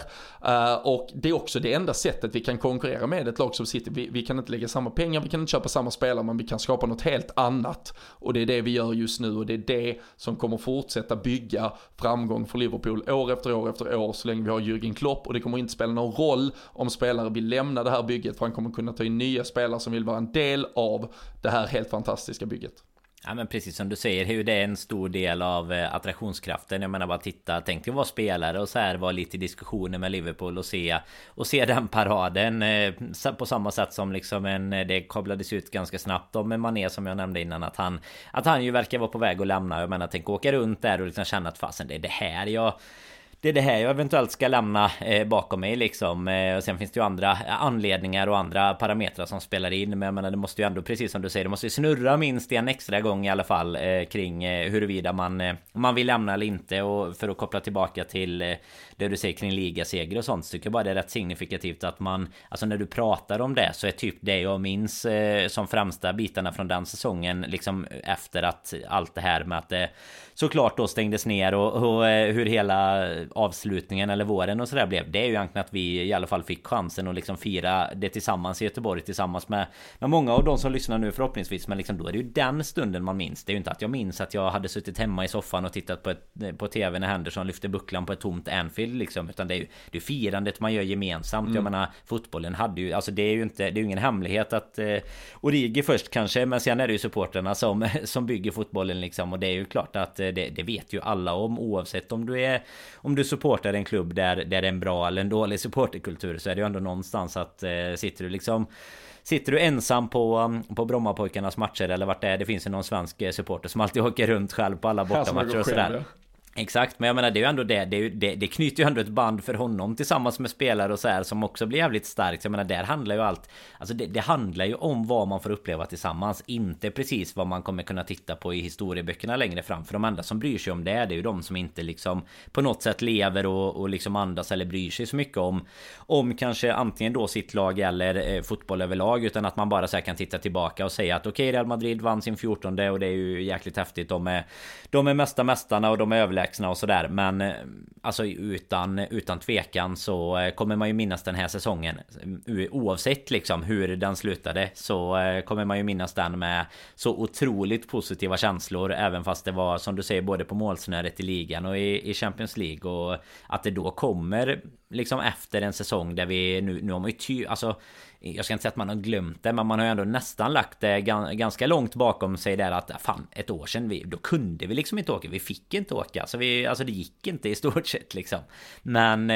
Och det är också det enda sättet vi kan konkurrera med ett lag som City. Vi kan inte lägga samma pengar, vi kan inte köpa samma spelare, men vi kan skapa något helt annat. Och det är det vi gör just nu, och det är det som kommer fortsätta bygga framgång för Liverpool år efter år efter år så länge vi har Jürgen Klopp. Och det kommer inte spela någon roll om spelare vill lämna det här bygget, för han kommer kunna ta in nya spelare som vill vara en del av det här helt fantastiska bygget. Ja, men precis som du säger, hur det är en stor del av attraktionskraften. Jag menar, bara tänk dig vara spelare och så här, vara lite i diskussioner med Liverpool och se den paraden på samma sätt som liksom det kablades ut ganska snabbt om Mané, som jag nämnde innan, att han ju verkar vara på väg att lämna. Jag menar, tänk åka runt där och liksom känna att fasen, det är det här jag eventuellt ska lämna bakom mig liksom. Och sen finns det ju andra anledningar och andra parametrar som spelar in. Men jag menar, det måste ju ändå, precis som du säger, det måste ju snurra minst en extra gång i alla fall kring huruvida man vill lämna eller inte. Och för att koppla tillbaka till det du säger kring ligaseger och sånt, så tycker jag bara det är rätt signifikativt att man, alltså när du pratar om det, så är typ det jag minns som främsta bitarna från den säsongen, liksom efter att allt det här med att det såklart då stängdes ner och hur hela avslutningen eller våren och sådär blev, det är ju egentligen att vi i alla fall fick chansen att liksom fira det tillsammans i Göteborg tillsammans med många av de som lyssnar nu förhoppningsvis. Men liksom då är det ju den stunden man minns. Det är ju inte att jag minns att jag hade suttit hemma i soffan och tittat på tv när Henderson lyfte bucklan på ett tomt Anfield liksom, utan det är ju firandet man gör gemensamt. Jag menar, fotbollen hade ju, alltså det är ju ingen hemlighet att Origi först kanske, men sen är det ju supporterna som bygger fotbollen liksom, och det är ju klart att det vet ju alla om, oavsett om du supportar en klubb där det är en bra eller en dålig supporterkultur, så är det ju ändå någonstans att sitter du ensam på Brommapojkarnas matcher eller vart det finns ju någon svensk supporter som alltid åker runt själv på alla bortamatcher och sådär. Exakt, men jag menar det är ju ändå det knyter ju ändå ett band för honom tillsammans med spelare och så här som också blir jävligt starkt. Jag menar, där handlar ju allt, alltså det handlar ju om vad man får uppleva tillsammans, inte precis vad man kommer kunna titta på i historieböckerna längre fram. För de enda som bryr sig om det är ju de som inte liksom på något sätt lever och liksom andas eller bryr sig så mycket om kanske antingen då sitt lag eller fotboll överlag, utan att man bara så här kan titta tillbaka och säga att okej, Real Madrid vann sin 14:e och det är ju jäkligt häftigt, de är mästarna och de är överlägsna och sådär, men alltså utan tvekan så kommer man ju minnas den här säsongen, oavsett liksom hur den slutade, så kommer man ju minnas den med så otroligt positiva känslor, även fast det var, som du säger, både på målsnöret i ligan och i Champions League, och att det då kommer liksom efter en säsong där vi nu har man ju alltså, jag ska inte säga att man har glömt det, men man har ju ändå nästan lagt det ganska långt bakom sig där, att fan, ett år sedan då kunde vi liksom inte åka, vi fick inte åka, så alltså det gick inte i stort sett liksom. Men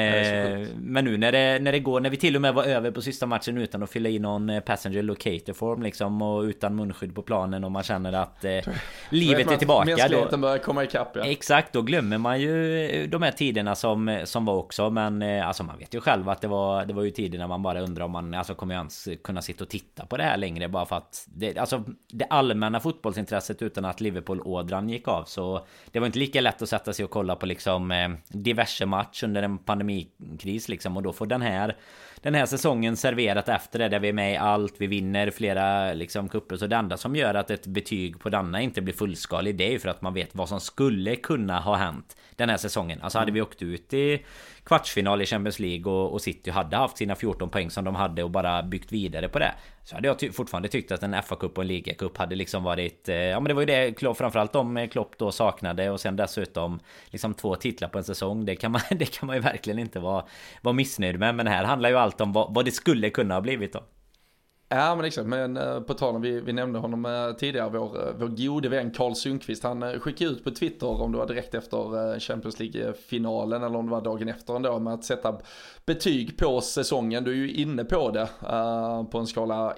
nu när vi till och med var över på sista matchen utan att fylla i någon passenger locator form liksom, och utan munskydd på planen, och man känner att livet är tillbaka, mänskligheten börjar komma ikapp, ja. Exakt, då glömmer man ju de här tiderna som var också, men alltså man vet ju själv att det var ju tider när man bara undrar om man alltså kommer kunna sitta och titta på det här längre, bara för att det allmänna fotbollsintresset utan att Liverpool-ådran gick av, så det var inte lika lätt att sätta sig och kolla på liksom diverse match under en pandemikris liksom, och då får den här säsongen serverat efter det, där vi är med i allt, vi vinner flera liksom kupper, så det enda som gör att ett betyg på denna inte blir fullskalig, det är ju för att man vet vad som skulle kunna ha hänt den här säsongen. Alltså hade vi åkt ut i kvartsfinal i Champions League och City hade haft sina 14 poäng som de hade och bara byggt vidare på det, så hade jag fortfarande tyckt att en FA-cup och en Liga-cup hade liksom varit men det var ju det framförallt om Klopp då saknade, och sen dessutom liksom 2 titlar på en säsong, det kan man ju verkligen inte vara missnöjd med, men här handlar ju allt om vad det skulle kunna ha blivit då. Ja, men exakt, men på tal om, vi nämnde honom tidigare, vår gode vän Carl Sundqvist, han skickade ut på Twitter, om det var direkt efter Champions League-finalen eller om det var dagen efter ändå, med att sätta betyg på säsongen. Du är ju inne på det, på en skala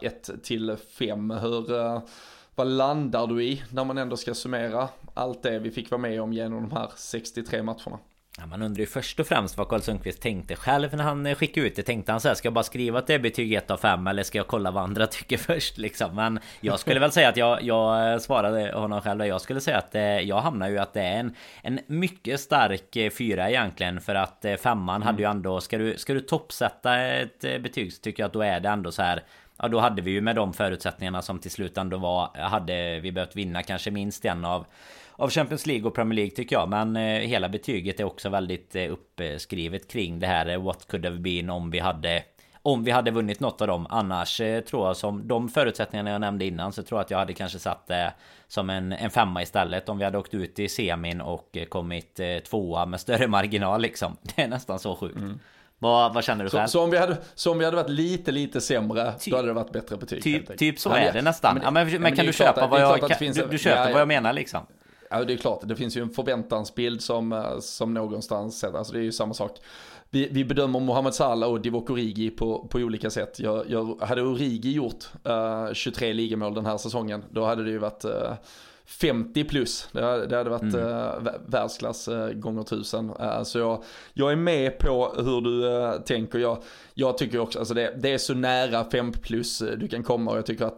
1-5. Vad landar du i när man ändå ska summera allt det vi fick vara med om genom de här 63 matcherna? Ja, man undrar ju först och främst vad Carl Sundqvist tänkte själv när han skickade ut det. Tänkte han så här, ska jag bara skriva att det är betyg 1/5 eller ska jag kolla vad andra tycker först liksom? Men jag skulle väl säga att jag svarade honom själv. Jag skulle säga att jag hamnar ju att det är en mycket stark 4 egentligen, för att 5:an hade ju ändå, ska du toppsätta ett betyg, så tycker jag att då är det ändå så här. Ja, då hade vi ju med de förutsättningarna som till slut ändå hade vi behövt vinna kanske minst en av Champions League och Premier League, tycker jag. Men hela betyget är också väldigt uppskrivet kring det här what could have been om vi hade vunnit något av dem. Annars tror jag, som de förutsättningarna jag nämnde innan, så tror jag att jag hade kanske satt det som en 5 istället, om vi hade åkt ut i semin och kommit 2 med större marginal liksom. Det är nästan så sjukt. Vad känner du själv? Så om vi hade varit lite sämre, då hade det varit bättre betyg. Typ så är det nästan. Men kan du köpa vad du köper vad jag menar liksom? Ja, det är klart. Det finns ju en förväntansbild som någonstans, alltså det är ju samma sak. Vi bedömer Mohamed Salah och Divock Origi på olika sätt. Hade Origi gjort 23 ligamål den här säsongen, då hade det ju varit 50 plus. Det hade varit världsklass gånger 1000. Så jag är med på hur du tänker. jag tycker också, alltså det är så nära 5+ du kan komma, och jag tycker att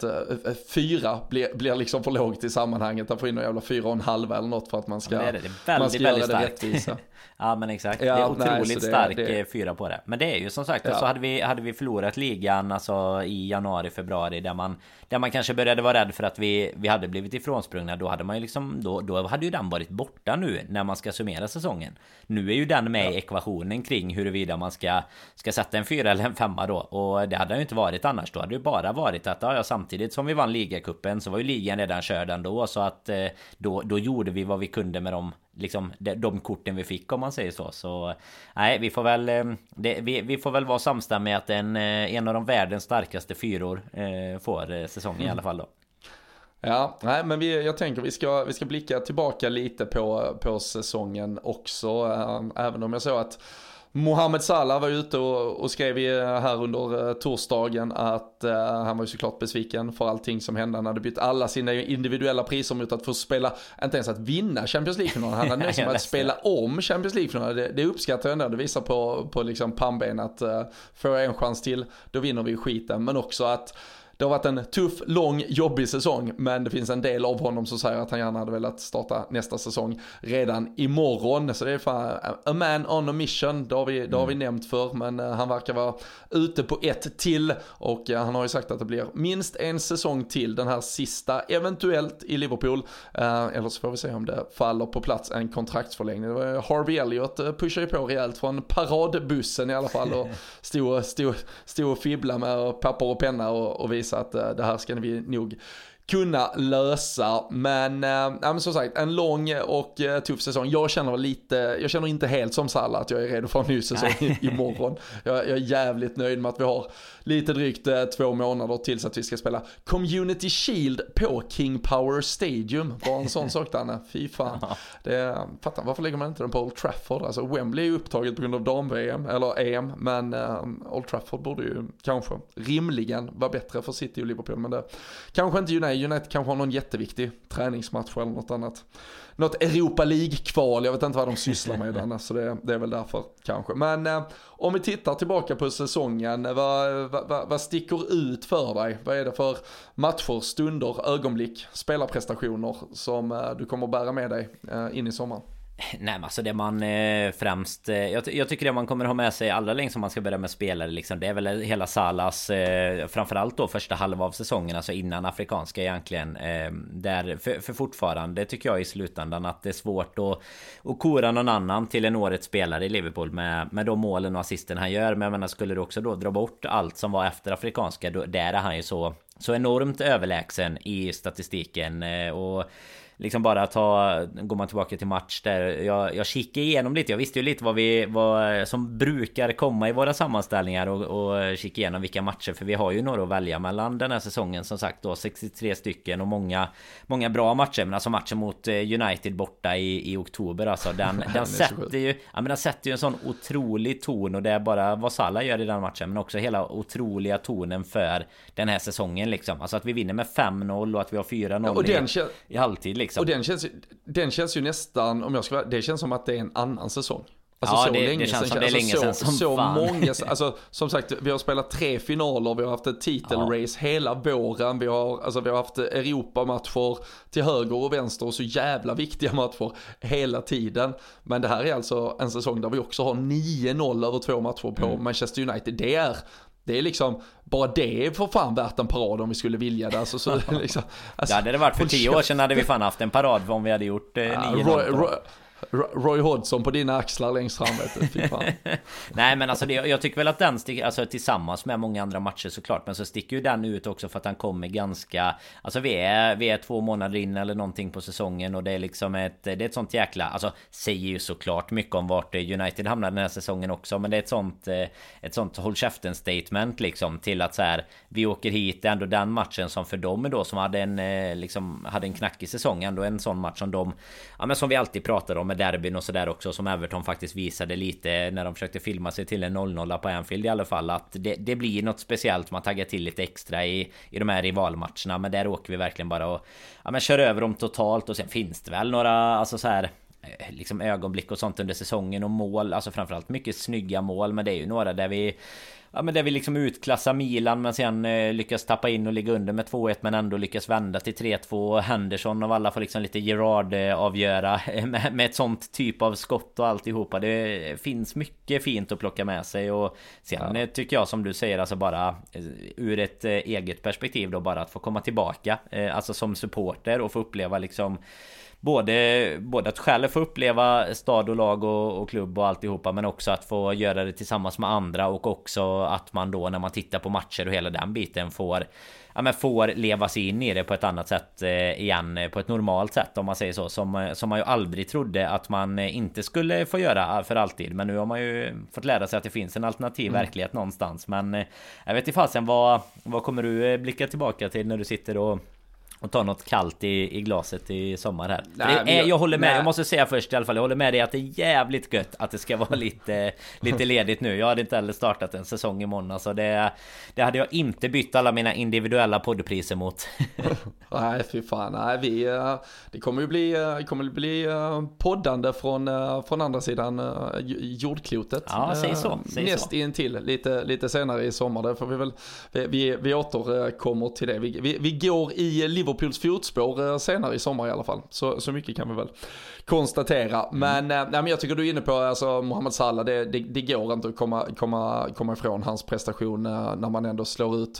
4 blir liksom för lågt i sammanhanget. Där får in en jävla 4,5 eller något för att man ska, det är man ska göra det rättvisa. Ja men exakt, Ja, det är otroligt stark det 4 på det. Men det är ju som sagt, så hade vi förlorat ligan alltså i januari, februari, där man kanske började vara rädd för att vi hade blivit ifrånsprungna. Då hade man ju liksom, då hade ju den varit borta nu när man ska summera säsongen. Nu är ju den med i ekvationen kring huruvida man ska sätta en 4 eller en 5 då. Och det hade ju inte varit annars. Då hade det ju bara varit att samtidigt som vi vann ligacupen så var ju ligan redan körd ändå. Så att då gjorde vi vad vi kunde med de korten vi fick, om man säger så nej, vi får väl vara samstämmiga att en av de världens starkaste 4 får säsongen i alla fall då. Ja, nej, men jag tänker vi ska blicka tillbaka lite på säsongen också, även om jag såg att Mohamed Salah var ute och skrev här under torsdagen att han var ju såklart besviken för allting som hände. Han hade bytt alla sina individuella priser mot att få spela, inte ens att vinna Champions League-finalen. Han hade nöjt sig med att spela om Champions League-finalen. Det uppskattar jag ändå. Det visar på liksom pannben att får jag en chans till, då vinner vi skiten. Men också att det har varit en tuff, lång, jobbig säsong, men det finns en del av honom som säger att han gärna hade velat starta nästa säsong redan imorgon. Så det är fan a man on a mission, det har vi nämnt för, men han verkar vara ute på ett till, och han har ju sagt att det blir minst en säsong till, den här sista eventuellt i Liverpool, eller så får vi se om det faller på plats en kontraktsförlängning. Det var Harvey Elliott pushade ju på rejält från paradbussen i alla fall, och stod och fibbla med papper och penna och visa att det här ska vi nog kunna lösa. Men som sagt, en lång och tuff säsong. Jag känner inte helt som Salah att jag är redo för en ny säsong imorgon. Jag är jävligt nöjd med att vi har lite drygt 2 månader tills att vi ska spela Community Shield på King Power Stadium. Bara en sån sak, Danne. Fy fan. Varför lägger man inte den på Old Trafford? Alltså Wembley är upptaget på grund av dam-VM eller EM, men Old Trafford borde ju kanske rimligen vara bättre för City och Liverpool, men det kanske inte United kanske har någon jätteviktig träningsmatch eller något annat. Något Europa League-kval, jag vet inte vad de sysslar med den, så det är väl därför kanske. Men om vi tittar tillbaka på säsongen, vad sticker ut för dig? Vad är det för matcher, stunder, ögonblick, spelarprestationer som du kommer bära med dig in i sommaren? Nej, men alltså det man främst jag tycker det man kommer ha med sig allra längst om man ska börja med spelare liksom, det är väl hela Salahs framförallt då första halva av säsongen, alltså innan afrikanska egentligen, där för fortfarande tycker jag i slutändan att det är svårt att kora någon annan till en årets spelare i Liverpool med de målen och assisten han gör. Men jag menar, skulle du också då dra bort allt som var efter afrikanska, då, där är han ju så enormt överlägsen i statistiken. Och liksom bara går man tillbaka till match där jag kikade igenom lite. Jag visste ju lite vad som brukar komma i våra sammanställningar och kika igenom vilka matcher, för vi har ju några att välja mellan den här säsongen, som sagt då 63 stycken och många bra matcher. Men alltså matchen mot United borta i oktober, alltså den sätter ju en sån otrolig ton, och det är bara vad Salah gör i den matchen, men också hela otroliga tonen för den här säsongen liksom. Alltså att vi vinner med 5-0 och att vi har 4-0 i halvtid liksom. Och den känns ju nästan, om jag ska vara, det känns som att det är en annan säsong. Alltså ja, så det länge känns som sedan, det är länge sedan som så fan. Många, alltså som sagt, vi har spelat 3 finaler, vi har haft ett titelrace hela våren, vi har haft Europamatcher till höger och vänster och så jävla viktiga matcher hela tiden. Men det här är alltså en säsong där vi också har 9-0 över 2 matcher på Manchester United. Det är liksom, bara det är för fan värt en parad om vi skulle vilja det. Så liksom, ja, det hade varit för 10 år sedan hade vi fan haft en parad om vi hade gjort 9-0. Roy Hodgson på dina axlar längst fram, vet du. Nej, men alltså jag tycker väl att den sticker, alltså tillsammans med många andra matcher såklart, men så sticker ju den ut också för att han kommer ganska, alltså vi är 2 månader in eller någonting på säsongen, och det är liksom det är ett sånt jäkla, alltså säger ju såklart mycket om vart United hamnar den här säsongen också, men det är ett sånt håll käften statement liksom, till att så här, vi åker hit, det är ändå den matchen som för dem då, som hade en knackig säsong, ändå en sån match som de, ja men som vi alltid pratar om med derbyn och sådär också, som Everton faktiskt visade lite när de försökte filma sig till en 0-0 på Anfield i alla fall, att det blir något speciellt, man taggar till lite extra i de här rivalmatcherna, men där åker vi verkligen bara och kör över dem totalt. Och sen finns det väl några, alltså så här liksom ögonblick och sånt under säsongen och mål, alltså framförallt mycket snygga mål, men det är ju några där vi Ja, men där vi liksom utklassar Milan, men sen lyckas tappa in och ligga under med 2-1, men ändå lyckas vända till 3-2. Henderson av alla får liksom lite Gerard avgöra med ett sånt typ av skott och alltihopa. Det finns mycket fint att plocka med sig. Och sen tycker jag, som du säger, alltså bara ur ett eget perspektiv då, bara att få komma tillbaka alltså som supporter och få uppleva liksom både att själv få uppleva stad och lag och klubb och alltihopa, men också att få göra det tillsammans med andra, och också att man då när man tittar på matcher och hela den biten får leva sig in i det på ett annat sätt igen, på ett normalt sätt om man säger så, som man ju aldrig trodde att man inte skulle få göra för alltid. Men nu har man ju fått lära sig att det finns en alternativ verklighet någonstans. Men jag vet inte fasen, vad kommer du blicka tillbaka till när du sitter och ta något kallt i glaset i sommar här? Jag håller med, jag måste säga först i alla fall, jag håller med dig att det är jävligt gött att det ska vara lite ledigt nu. Jag hade inte heller startat en säsong imorgon, alltså det hade jag inte bytt alla mina individuella poddpriser mot. Nej, fy fan. Nej, det kommer ju bli poddande från andra sidan jordklotet. Ja, säg så. Näst in till lite senare i sommar. Där får vi väl vi återkommer till det. Vi går i Liverpools fotspår senare i sommar i alla fall. Så mycket kan vi väl konstatera. Men jag tycker du är inne på alltså, Mohamed Salah. Det går inte att komma ifrån hans prestation när man ändå slår ut.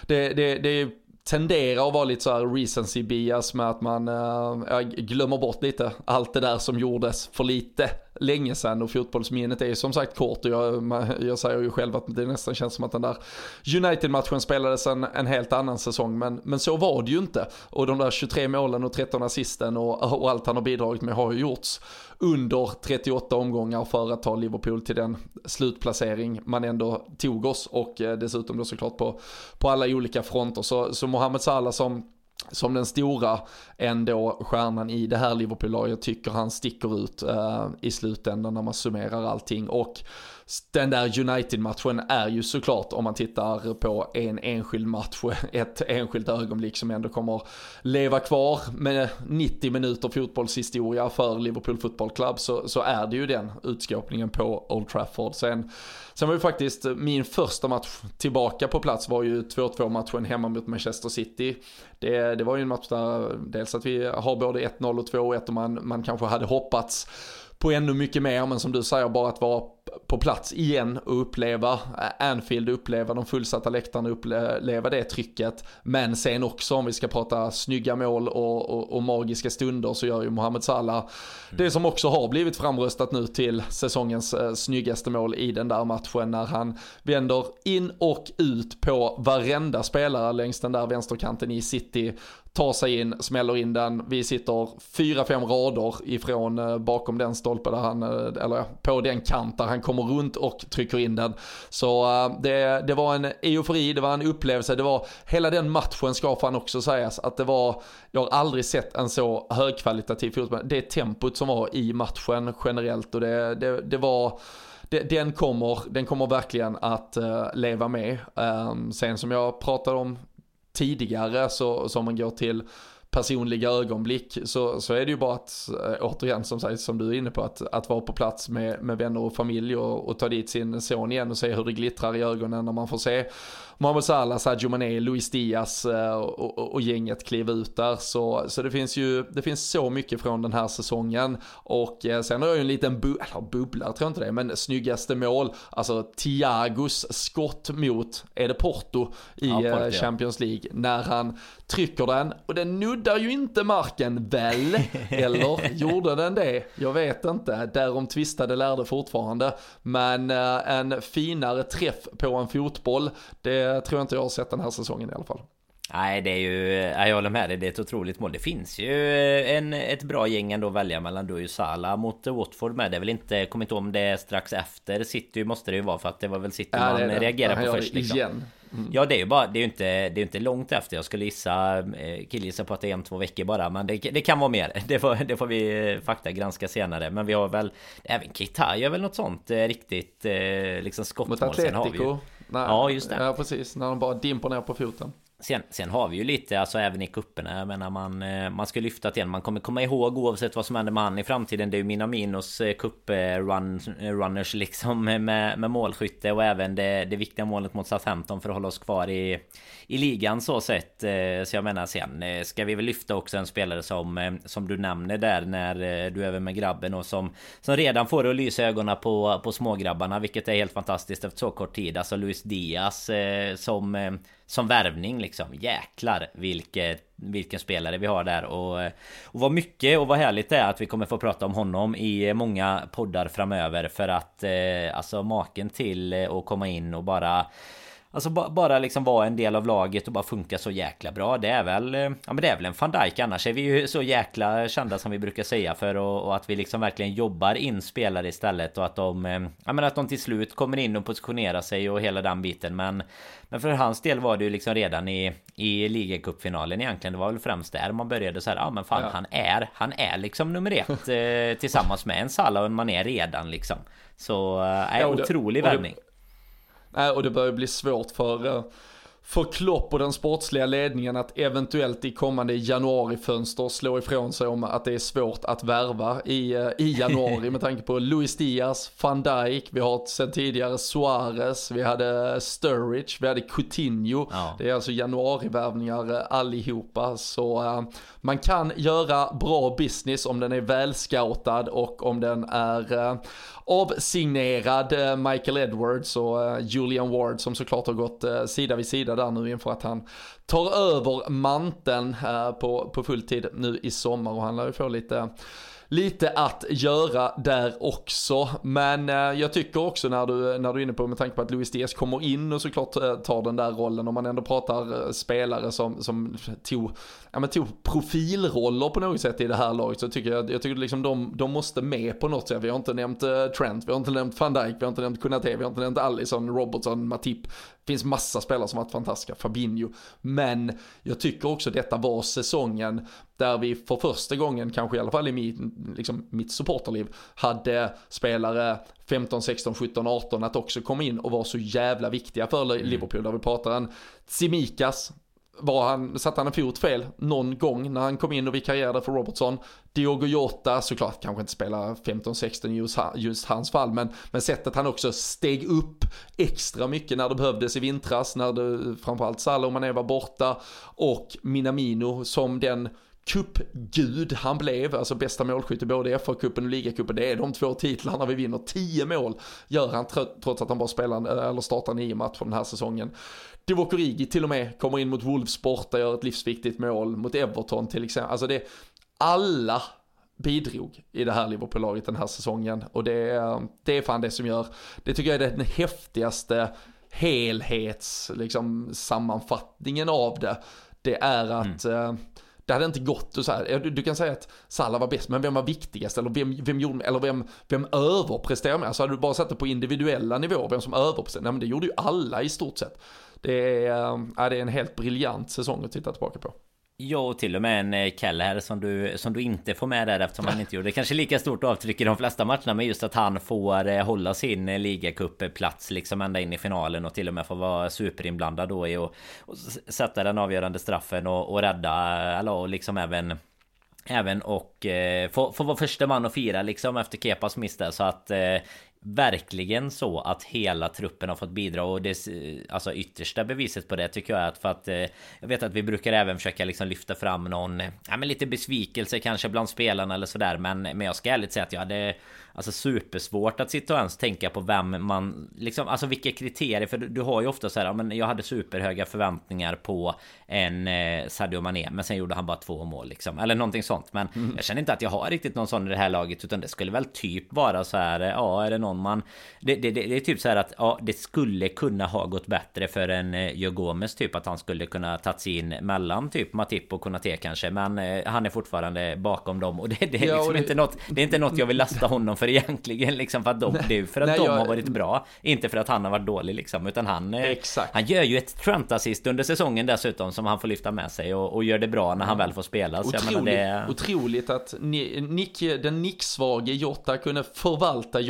Det tenderar att vara lite så här recency bias med att man glömmer bort lite allt det där som gjordes för lite länge sedan, och fotbollsminnet är ju som sagt kort, och jag säger ju själv att det nästan känns som att den där United-matchen spelades en helt annan säsong, men så var det ju inte, och de där 23 målen och 13 assisten och allt han har bidragit med har ju gjorts under 38 omgångar för att ta Liverpool till den slutplacering man ändå tog oss, och dessutom då såklart på alla olika fronter, så Mohamed Salah som den stora ändå stjärnan i det här Liverpool-laget, jag tycker han sticker ut i slutändan när man summerar allting. Och den där United-matchen är ju såklart, om man tittar på en enskild match, ett enskilt ögonblick som ändå kommer leva kvar med 90 minuter fotbollshistoria för Liverpool Football Club, så är det ju den utskåpningen på Old Trafford. Sen var ju faktiskt min första match tillbaka på plats var ju 2-2 matchen hemma mot Manchester City. Det var ju en match där dels att vi har både 1-0 och 2-1, och man kanske hade hoppats på ännu mycket mer, men som du säger, bara att vara på plats igen och uppleva Anfield, uppleva de fullsatta läktarna, uppleva det trycket, men sen också om vi ska prata snygga mål och magiska stunder, så gör ju Mohamed Salah det som också har blivit framröstat nu till säsongens snyggaste mål i den där matchen, när han vänder in och ut på varenda spelare längs den där vänsterkanten i City, tar sig in, smäller in den. Vi sitter 4-5 rader ifrån bakom den stolpe där eller på den kant där han kommer runt och trycker in den. Så det var en eufori, det var en upplevelse, det var hela den matchen, ska fan också sägas, att det var, jag har aldrig sett en så högkvalitativ fotboll. Det tempot som var i matchen generellt, och det var den kommer verkligen att leva med. Sen som jag pratade om tidigare, så som man går till personliga ögonblick, så är det ju bara att återigen som du är inne på, att vara på plats med vänner och familj och ta dit sin son igen och se hur det glittrar i ögonen när man får se Mohamed Salah, Sadio Mané, Luis Diaz och gänget kliva ut där. Så det finns så mycket från den här säsongen. Och sen har jag ju en liten bubbla, tror jag inte det, men snyggaste mål, alltså Thiagos skott mot Porto i Champions League, när han trycker den, och den nuddar ju inte marken väl, eller gjorde den det? Jag vet inte, därom tvistade lärde fortfarande, men en finare träff på en fotboll, det tror jag inte jag har sett den här säsongen i alla fall. Nej, det är ju, jag håller med dig, det är ett otroligt mål. Det finns ju ett bra gäng ändå att välja mellan. Du är ju Salah mot Watford med. Det är väl inte, kommer inte om det är strax efter City, måste det ju vara, för att det var väl City man reagerade på först liksom. Igen. Ja, det är ju inte långt efter. Jag skulle killgissa på att det är 1-2 veckor bara, men det kan vara mer. Det får vi fakta granska senare. Men vi har väl även Keita gör väl något sånt riktigt liksom skottmål. Mot Atletico. Sen har vi ju. Nej, ja, just det. Ja, precis. När de bara dimper ner på foten. Sen har vi ju lite, alltså även i kupperna, jag menar man ska lyfta till, man kommer komma ihåg oavsett vad som händer med han i framtiden, det är ju Minaminos runners liksom med målskytte och även det viktiga målet mot Southampton för att hålla oss kvar i ligan så sett. Så jag menar, sen ska vi väl lyfta också en spelare som du nämner där när du är över med grabben och som redan får det att lysa ögonen på smågrabbarna, vilket är helt fantastiskt efter så kort tid. Alltså Luis Diaz som värvning liksom. Jäklar vilken spelare vi har där, och vad mycket och vad härligt det är att vi kommer få prata om honom i många poddar framöver, för att alltså maken till att komma in och bara liksom vara en del av laget och bara funka så jäkla bra. Det är väl en Van Dijk, annars är vi ju så jäkla kända som vi brukar säga för, och att vi liksom verkligen jobbar in spelare istället, och att de till slut kommer in och positionerar sig och hela den biten. Men för hans del var det ju liksom redan i ligacupfinalen egentligen, det var väl främst där man började så här, men fan, han är liksom nummer 1 tillsammans med en Salah och en Mané redan liksom. Så otrolig värvning. Nej, och det börjar bli svårt för Klopp och den sportsliga ledningen att eventuellt i kommande januarifönster slå ifrån sig om att det är svårt att värva i januari med tanke på Luis Diaz, Van Dijk, vi har sedan tidigare Suarez, vi hade Sturridge, vi hade Coutinho. Ja. Det är alltså januarivärvningar allihopa, så man kan göra bra business om den är välscoutad och om den är avsignerad. Michael Edwards och Julian Ward som såklart har gått sida vid sida där nu inför att han tar över manteln på full tid nu i sommar, och han lär ju få lite att göra där också. Men jag tycker också när du är inne på, med tanke på att Luis Diaz kommer in och såklart tar den där rollen, om man ändå pratar spelare som tog profilroller på något sätt i det här laget, så tycker jag liksom de måste med på något sätt. Vi har inte nämnt Trent, vi har inte nämnt Van Dijk, vi har inte nämnt Konaté, vi har inte nämnt Alisson, Robertson, Matip. Det finns massa spelare som har varit fantastiska, Fabinho. Men jag tycker också detta var säsongen där vi för första gången, kanske i alla fall i mitt supporterliv, hade spelare 15, 16, 17, 18 att också komma in och vara så jävla viktiga för Liverpool. Där vi pratar en Tsimikas, satte han en fot fel någon gång när han kom in och vikarierade för Robertson. Diogo Jota såklart kanske inte spelar 15-16 just hans fall, men sättet han också steg upp extra mycket när det behövdes i vintras, när det framförallt Salah och Mané var borta, och Minamino som den cupgud han blev, alltså bästa målskytt i både FA-cupen och ligacupen. Det är de 2 titlarna vi vinner. 10 mål gör han trots att han bara startar 9 matcher den här säsongen. Divock Origi till och med kommer in mot Wolves borta, gör ett livsviktigt mål mot Everton till exempel. Alltså alla bidrog i det här Liverpool-laget den här säsongen, och det är fan det som gör, det tycker jag är den häftigaste sammanfattningen av det. Det är att det hade inte gått och så här. Du kan säga att Salah var bäst, men vem var viktigast, eller vem överpresterade? Alltså hade du bara satt det på individuella nivåer, vem som överpresterade? Nej, men det gjorde ju alla i stort sett. Det är en helt briljant säsong att titta tillbaka på. Ja, och till och med en Keller som du inte får med där, eftersom han inte gjorde kanske lika stort avtryck i de flesta matcherna, men just att han får hålla sin ligacup-plats liksom ända in i finalen och till och med får vara superinblandad då i och sätta den avgörande straffen och rädda, eller liksom även och få vara första man att fira liksom efter Kepas miss där, så att verkligen så att hela truppen har fått bidra, och det alltså yttersta beviset på det tycker jag är att, för att jag vet att vi brukar även försöka liksom lyfta fram någon lite besvikelse kanske bland spelarna eller sådär, men jag ska ärligt säga att jag hade alltså supersvårt att sitta och ens tänka på vem man liksom, alltså vilka kriterier, för du har ju ofta så här, men jag hade superhöga förväntningar på en Sadio Mané, men sen gjorde han bara 2 mål liksom, eller någonting sånt, men jag känner inte att jag har riktigt någon sån i det här laget, utan det skulle väl typ vara så här, är det någon man det är typ så här att det skulle kunna ha gått bättre för en Joe Gomez typ, att han skulle kunna tagit sig in mellan typ Matip och Konaté kanske, men han är fortfarande bakom dem, och det är liksom inte något jag vill lasta honom för egentligen liksom, för att det är för att de har varit bra, inte för att han har varit dålig liksom, utan han gör ju ett Trent-assist under säsongen dessutom som han får lyfta med sig och gör det bra när han väl får spela. Så otroligt att den nicksvage Jota kunde förvalta Joe Gomez i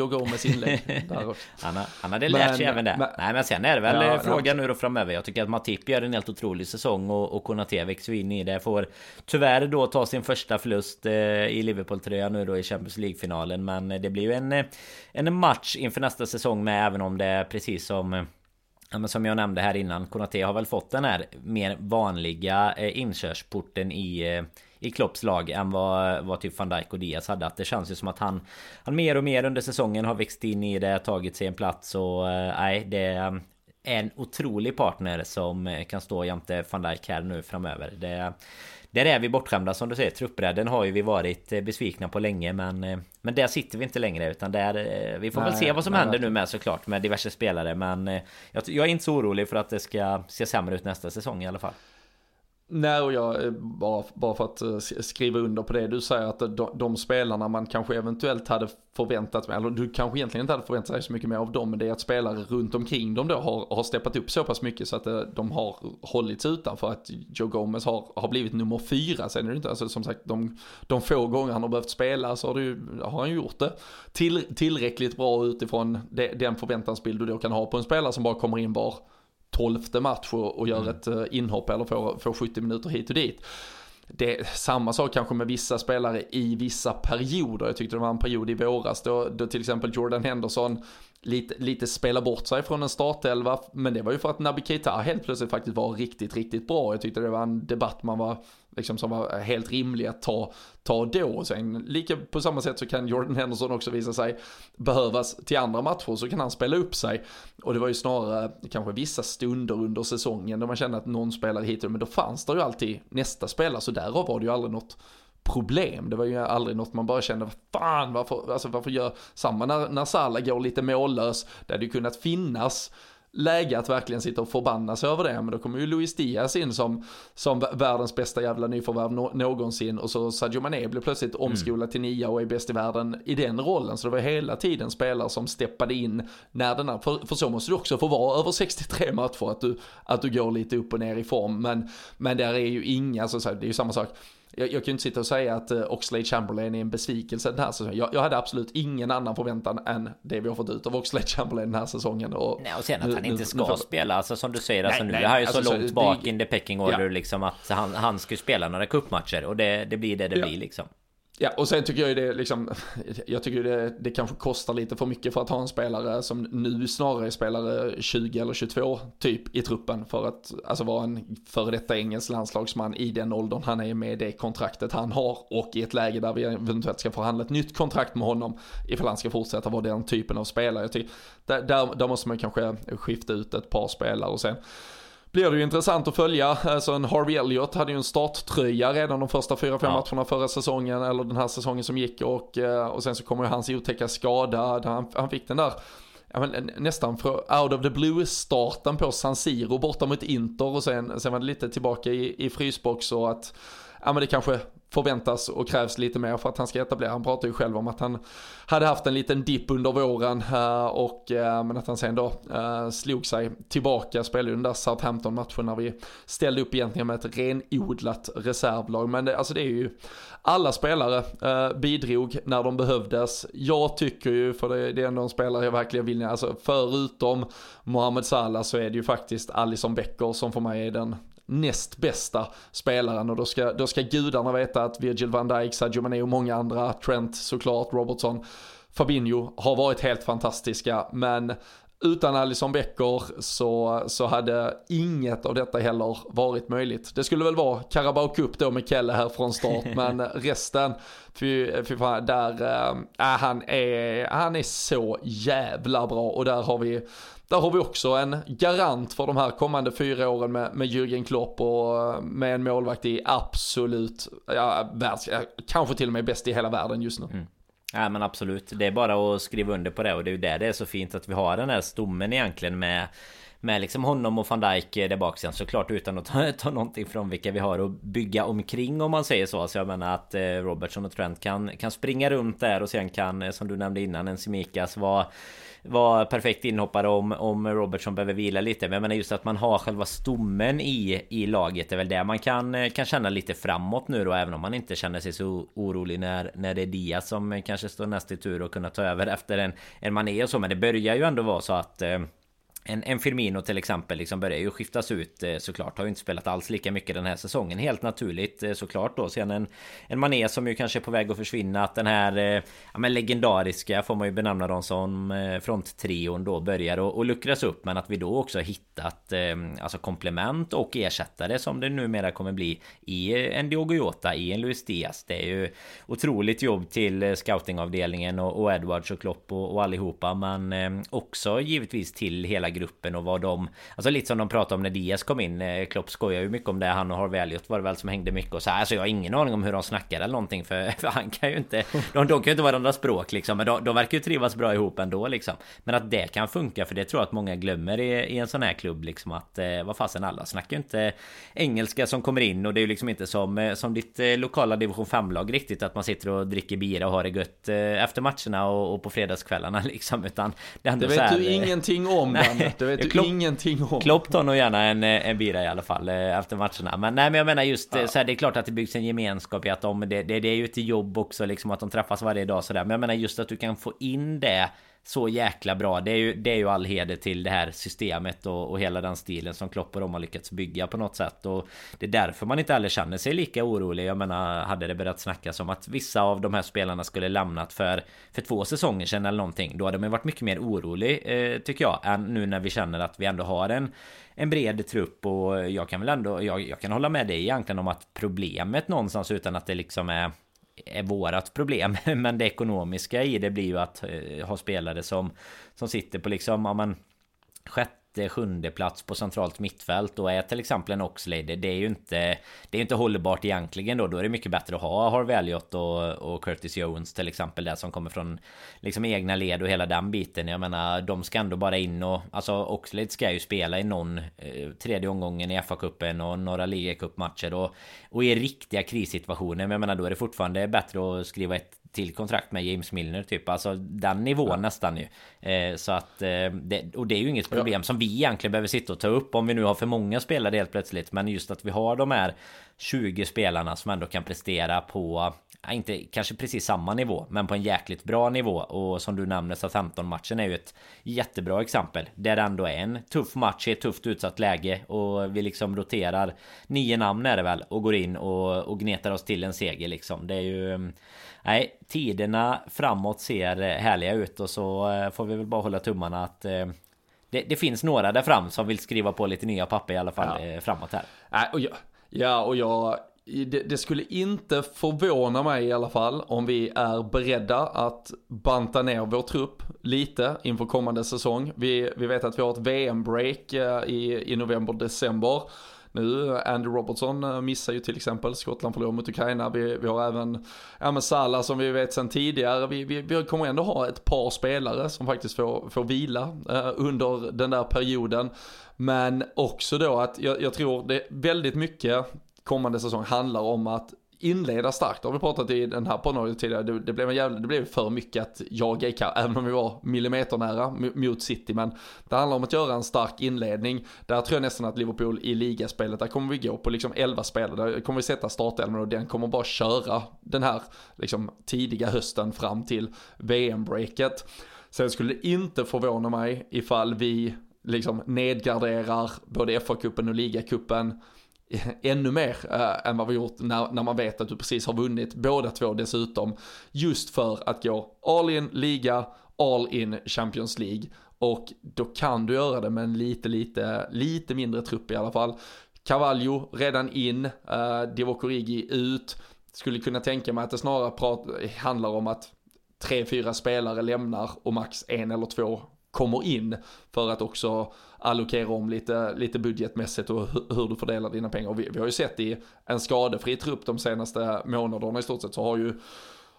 inlägg där också. Han hade lärt sig även det. Nej, men sen är det väl frågan nu då framöver. Jag tycker att Matip gör en helt otrolig säsong och Konaté växer in i det. Får tyvärr då ta sin första förlust i Liverpool-tröjan nu då i Champions League-finalen. Men det blir ju en match inför nästa säsong med, även om det är precis som... Ja, men som jag nämnde här innan, Konaté har väl fått den här mer vanliga inkörsporten i Klopps lag än vad typ Van Dijk och Diaz hade. Att det känns ju som att han mer och mer under säsongen har växt in i det, tagit sig en plats. Och nej, det är en otrolig partner som kan stå jämte Van Dijk här nu framöver. Där är vi bortskämda, som du säger. Truppbredden har ju vi varit besvikna på länge, men där sitter vi inte längre, utan där vi får väl se vad som händer nu med, såklart, med diverse spelare. Men jag är inte så orolig för att det ska se sämre ut nästa säsong i alla fall. Nej, och jag bara för att skriva under på det du säger, att de spelarna man kanske eventuellt hade förväntat sig, eller du kanske egentligen inte hade förväntat sig så mycket mer av dem, men det är att spelare runt omkring dem då har steppat upp så pass mycket så att de har hållits utanför. Att Joe Gomez har blivit nummer 4. Sen är det inte, alltså, som sagt, de få gånger han har behövt spela så har han gjort det tillräckligt bra utifrån den förväntansbild du då kan ha på en spelare som bara kommer in var 12:e match och gör ett inhopp eller får 70 minuter hit och dit. Det är samma sak kanske med vissa spelare i vissa perioder. Jag tyckte det var en period i våras då till exempel Jordan Henderson lite spelar bort sig från en startelva, men det var ju för att Naby Keita helt plötsligt faktiskt var riktigt, riktigt bra. Jag tyckte det var en debatt man var liksom, som var helt rimlig att ta då. Sen, lika på samma sätt så kan Jordan Henderson också visa sig behövas till andra matcher, så kan han spela upp sig. Och det var ju snarare kanske vissa stunder under säsongen då man kände att någon spelare hit, men då fanns det ju alltid nästa spelare, så därav var det ju aldrig något problem. Det var ju aldrig något man bara kände, fan, varför gör samma när Salah går lite mållös, där det kunnat finnas läge att verkligen sitta och förbanna sig över det, men då kommer ju Luis Diaz in som världens bästa jävla nyförvärv någonsin, och så Sadio Mané blev plötsligt omskolad till 9 och är bäst i världen i den rollen. Så det var hela tiden spelare som steppade in när den här, för så måste du också få vara över 63 matcher, att du går lite upp och ner i form, men där är ju inga, alltså, det är ju samma sak. Jag kan ju inte sitta och säga att Oxlade-Chamberlain är en besvikelse den här säsongen. Jag hade absolut ingen annan förväntan än det vi har fått ut av Oxlade-Chamberlain den här säsongen. Och sen att han inte ska spela, alltså, som du säger, alltså, nu är han ju så långt bak in the pecking order, liksom, att han ska spela några cupmatcher, och det blir det blir liksom. Ja, och sen tycker jag ju det liksom, jag tycker det kanske kostar lite för mycket för att ha en spelare som nu snarare spelar 20 eller 22 typ i truppen, för att alltså vara en före detta engelsk landslagsman i den åldern han är, med det kontraktet han har, och i ett läge där vi eventuellt ska förhandla ett nytt kontrakt med honom ifall han ska fortsätta vara den typen av spelare. Jag tycker där måste man kanske skifta ut ett par spelare, och sen blir det ju intressant att följa. Alltså en Harvey Elliott hade ju en starttröja redan de första 4-5 matcherna förra säsongen, eller den här säsongen som gick, och sen så kommer ju hans otäcka skada där han fick den där nästan out of the blue starten på San Siro borta mot Inter, och sen var det lite tillbaka i frysbox, och att men det kanske förväntas och krävs lite mer för att han ska etablera. Han pratar ju själv om att han hade haft en liten dipp under våren, men att han sen då slog sig tillbaka, spelade den där Southampton-matchen när vi ställde upp egentligen med ett renodlat reservlag. Men det är ju, alla spelare bidrog när de behövdes. Jag tycker ju, för det är ändå en spelare jag verkligen vill, alltså förutom Mohamed Salah så är det ju faktiskt Alisson Becker som för mig är den näst bästa spelaren, och då ska gudarna veta att Virgil van Dijk, Sadio Mané och många andra, Trent såklart, Robertson, Fabinho har varit helt fantastiska, men utan Alisson Becker så hade inget av detta heller varit möjligt. Det skulle väl vara Carabao Cup då med Kelle här från start, men resten, han är så jävla bra, och där har vi också en garant för de här kommande 4 åren med Jürgen Klopp, och med en målvakt i absolut, kanske till och med bäst i hela världen just nu. Ja, men absolut, det är bara att skriva under på det, och det är ju där det är så fint att vi har den här stommen egentligen med med liksom honom och Van Dijk där bak sen, såklart utan att ta någonting från vilka vi har att bygga omkring, om man säger så. Så jag menar att Robertson och Trent kan springa runt där, och sen kan, som du nämnde innan, en Tsimikas var perfekt inhoppare om Robertson behöver vila lite. Men jag menar just att man har själva stommen i laget är väl det man kan känna lite framåt nu då, även om man inte känner sig så orolig när det är Diaz som kanske står näst i tur och kunna ta över efter en Mané och så. Men det börjar ju ändå vara så att en Firmino till exempel liksom börjar ju skiftas ut, såklart. Har ju inte spelat alls lika mycket den här säsongen, helt naturligt såklart då. Sen en Mané som ju kanske är på väg att försvinna. Att den här men legendariska, får man ju benämna dem som, fronttrion då börjar och luckras upp. Men att vi då också har hittat alltså komplement och ersättare, som det numera kommer bli, i en Diogo Jota, i en Luis Diaz. Det är ju otroligt jobb till scoutingavdelningen och Edwards och Klopp och allihopa. Men också givetvis till hela gruppen och vad de, alltså lite som de pratade om när Diaz kom in. Klopp skojar ju mycket om det, han och Harvey Elliott var det väl som hängde mycket och så här. Alltså jag har ingen aning om hur de snackar eller någonting, för han kan ju inte, de kan ju inte varandra språk liksom, men de verkar ju trivas bra ihop ändå liksom. Men att det kan funka, för det tror jag att många glömmer i en sån här klubb liksom, att vad fasen, alla snackar ju inte engelska som kommer in, och det är ju liksom inte som ditt lokala division 5-lag riktigt, att man sitter och dricker bira och har det gött efter matcherna och på fredagskvällarna liksom, utan det vet så här, du ingenting om den. Det vet du ingenting om. Klopp tar nog gärna en bira i alla fall efter matcherna. Men nej, men jag menar just så här, det är klart att det byggs en gemenskap i att det är ju ett jobb också liksom, att de träffas varje dag så där. Men jag menar just att du kan få in det så jäkla bra. Det är ju all heder till det här systemet och hela den stilen som Klopp och de har lyckats bygga på något sätt. Och det är därför man inte heller känner sig lika orolig. Jag menar, hade det börjat snackas om att vissa av de här spelarna skulle lämnat för 2 säsonger sedan eller någonting, då hade man varit mycket mer orolig tycker jag, än nu när vi känner att vi ändå har en bred trupp. Och jag kan väl ändå, jag kan hålla med dig egentligen om att problemet någonstans, utan att det liksom är vårat problem, men det ekonomiska i det blir ju att ha spelare som sitter på liksom, ja, men 6:e-7:e plats på centralt mittfält och är till exempel en Oxlade. Det är ju inte hållbart egentligen då. Då är det mycket bättre att ha Harvey Elliott och Curtis Jones till exempel, där som kommer från liksom egna led och hela den biten. Jag menar, de ska ändå bara in och, alltså Oxlade ska ju spela i någon tredje omgången i FA-cupen och några ligacupmatcher och i riktiga krissituationer. Men jag menar, då är det fortfarande bättre att skriva ett till kontrakt med James Milner typ, alltså den nivån nästan ju. Så att det är ju inget problem som vi egentligen behöver sitta och ta upp om vi nu har för många spelare helt plötsligt, men just att vi har de här 20 spelarna som ändå kan prestera på, inte kanske precis samma nivå, men på en jäkligt bra nivå. Och som du nämnde, så 15-matchen är ju ett jättebra exempel, där det ändå är en tuff match i ett tufft utsatt läge och vi liksom roterar 9 namn är det väl och går in och gnetar oss till en seger liksom. Det är ju, nej, tiderna framåt ser härliga ut, och så får vi väl bara hålla tummarna att det finns några där fram som vill skriva på lite nya papper i alla fall framåt här. Det skulle inte förvåna mig i alla fall om vi är beredda att banta ner vår trupp lite inför kommande säsong. Vi vet att vi har ett VM-break i november-december. Nu, Andy Robertson missar ju till exempel. Skottland förlorar mot Ukraina. Vi har även Salah som vi vet sedan tidigare. Vi kommer ändå ha ett par spelare som faktiskt får vila under den där perioden. Men också då att jag tror det väldigt mycket kommande säsong handlar om att inleda starkt. Det har vi pratat i den här podden tidigare. Det blev för mycket att jaga i kapp, även om vi var millimeternära mot City. Men det handlar om att göra en stark inledning. Där tror jag nästan att Liverpool i ligaspelet, där kommer vi gå på liksom 11 spelare. Där kommer vi sätta startelvan och den kommer bara köra den här liksom tidiga hösten fram till VM-breaket. Sen skulle det inte förvåna mig ifall vi liksom nedgraderar både FA-cupen och ligacupen ännu mer än vad vi gjort när man vet att du precis har vunnit båda två dessutom, just för att gå all in liga, all in Champions League. Och då kan du göra det med en lite mindre trupp i alla fall. Carvalho redan in, Divock Origi ut. Skulle kunna tänka mig att det snarare handlar om att 3-4 spelare lämnar och max 1 eller 2 kommer in, för att också allokera om lite budgetmässigt och hur du fördelar dina pengar. Och vi har ju sett i en skadefri trupp de senaste månaderna i stort sett, så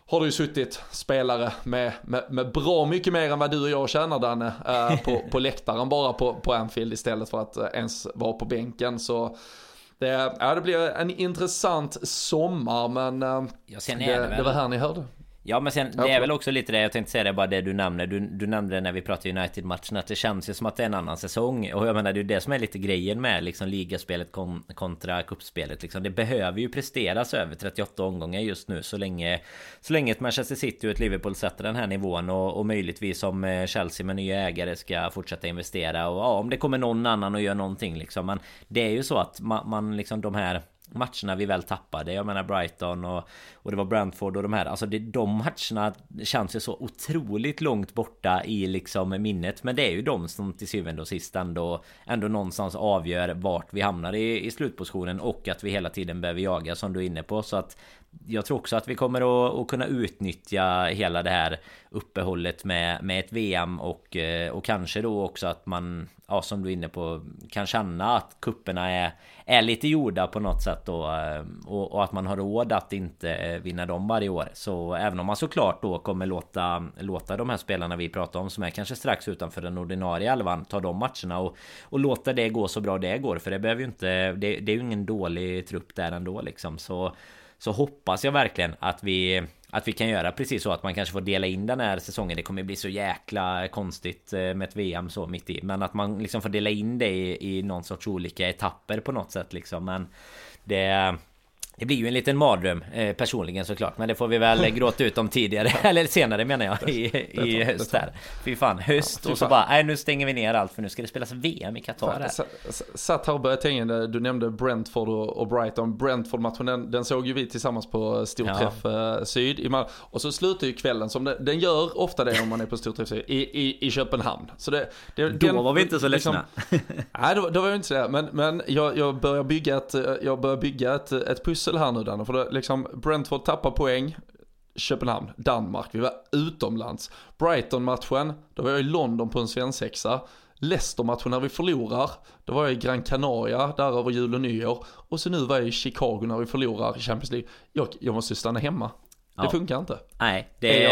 har det ju suttit spelare med bra mycket mer än vad du och jag tjänar, Danne, på läktaren bara på Anfield istället för att ens vara på bänken. Så det blir en intressant sommar, men det var här ni hörde. Ja, men sen det är väl också lite det jag tänkte säga, det är bara det du nämnde. Du nämnde det när vi pratade United-matchen, att det känns ju som att det är en annan säsong. Och jag menar, det är ju det som är lite grejen med liksom ligaspelet kontra kuppspelet liksom. Det behöver ju presteras över 38 omgångar just nu, så länge ett Manchester City och ett Liverpool sätter den här nivån, och möjligtvis som Chelsea med nya ägare ska fortsätta investera, och om det kommer någon annan och gör någonting liksom. Men det är ju så att man liksom, de här matcherna vi väl tappade, jag menar Brighton och det var Brentford och de här, alltså de matcherna känns ju så otroligt långt borta i liksom minnet, men det är ju de som till syvende och sist ändå någonstans avgör vart vi hamnar i slutpositionen, och att vi hela tiden behöver jaga, som du är inne på. Så att jag tror också att vi kommer att kunna utnyttja hela det här uppehållet med ett VM, och kanske då också att man, ja, som du är inne på, kan känna att kupperna är lite gjorda på något sätt då, och att man har råd att inte vinna dem varje år. Så även om man såklart då kommer låta de här spelarna vi pratar om, som är kanske strax utanför den ordinarie elvan, ta de matcherna och låta det gå så bra det går, för det behöver ju inte, det är ju ingen dålig trupp där ändå liksom. Så hoppas jag verkligen att vi kan göra precis så, att man kanske får dela in den här säsongen. Det kommer bli så jäkla konstigt med ett VM så mitt i, men att man liksom får dela in det i någon sorts olika etapper på något sätt liksom. Men det blir ju en liten mardröm personligen såklart, men det får vi väl gråta ut om tidigare eller senare menar jag i höst där. Fy fan, höst, och så bara nu stänger vi ner allt, för nu ska det spelas VM i Qatar här. Satt här och började tänka, du nämnde Brentford och Brighton. Brentford-matchen, den såg ju vi tillsammans på Storträff Syd, och så slutar ju kvällen som den gör ofta det om man är på Storträff Syd i Köpenhamn. Så då var vi inte så ledsna. Nej, då var jag inte så där, men jag börjar bygga ett pussel här nu, Danne, för det, liksom, Brentford tappar poäng, Köpenhamn, Danmark, vi var utomlands. Brighton-matchen, då var jag i London på en svensexa. Leicester-matchen när vi förlorar, då var jag i Gran Canaria där över jul och nyår, och så nu var jag i Chicago när vi förlorar i Champions League. Jag måste stanna hemma. Det funkar inte. Nej,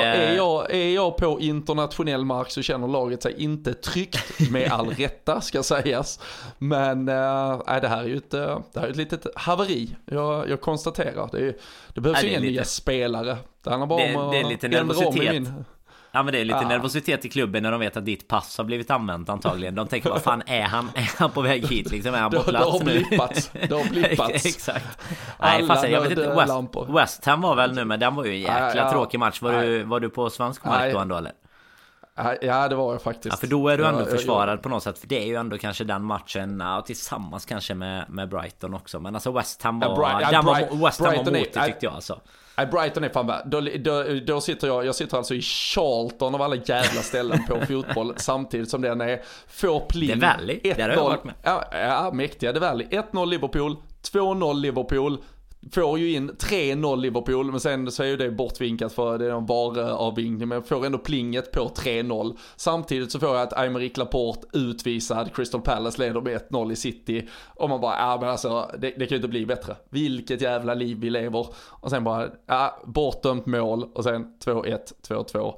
är jag på internationell mark så känner laget sig inte tryggt, med all rätta ska sägas. Men det här är ju ett litet haveri. Jag konstaterar. Det behövs ju inga nya spelare. Det handlar bara om det är lite nervositet. Ja, men det är lite nervositet i klubben när de vet att ditt pass har blivit använt antagligen. De tänker, vad fan är han på väg hit liksom? Är han på plats nu? Det har blippats. Exakt. Nej, fast jag vet inte, West Ham var väl nu, men den var ju en jäkla tråkig match. Var du på svensk mark då ändå, eller? Ja, det var jag faktiskt. Ja, för då är du ändå försvarad på något sätt. För det är ju ändå kanske den matchen tillsammans kanske med Brighton också. Men alltså West Ham var motigt tyckte jag alltså. Brighton är fan värd. Då sitter jag sitter alltså i Charlton av alla jävla ställen på fotboll, samtidigt som den får pling. Det är Valley, där har jag varit med. Ja, mäktiga det Valley. 1-0 Liverpool, 2-0 Liverpool. Får ju in 3-0 Liverpool, men sen så är ju det bortvinkat för det är en VAR-avvinkning, men får ändå plinget på 3-0. Samtidigt så får jag att Aymeric Laporte utvisad, Crystal Palace leder med 1-0 i City, och man bara, men alltså det kan ju inte bli bättre. Vilket jävla liv vi lever. Och sen bara, bortdömt mål, och sen 2-1, 2-2.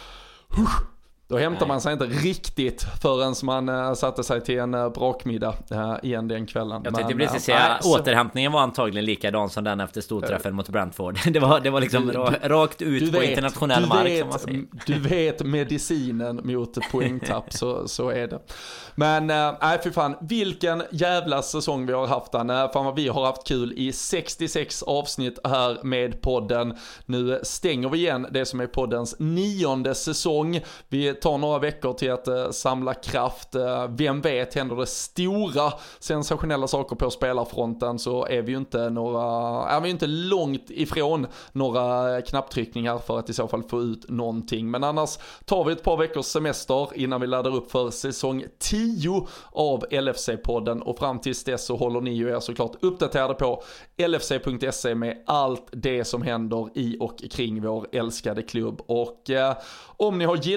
Då hämtar man sig inte riktigt förrän man satte sig till en brakmiddag igen den kvällen. Jag tänkte precis säga, återhämtningen var antagligen likadan som den efter storträffen mot Brentford. Det var liksom rakt ut på internationell mark, som man säger. Du vet medicinen mot poängtapp, så är det. Men för fan, vilken jävla säsong vi har haft den. Fan vad vi har haft kul i 66 avsnitt här med podden. Nu stänger vi igen det som är poddens 9:e säsong. Vi tar några veckor till att samla kraft. Vem vet, händer det stora sensationella saker på spelarfronten, så är vi ju inte långt ifrån några knapptryckningar för att i så fall få ut någonting. Men annars tar vi ett par veckors semester innan vi laddar upp för säsong 10 av LFC-podden, och fram tills dess så håller ni ju er såklart uppdaterade på lfc.se med allt det som händer i och kring vår älskade klubb. Och om ni har gillat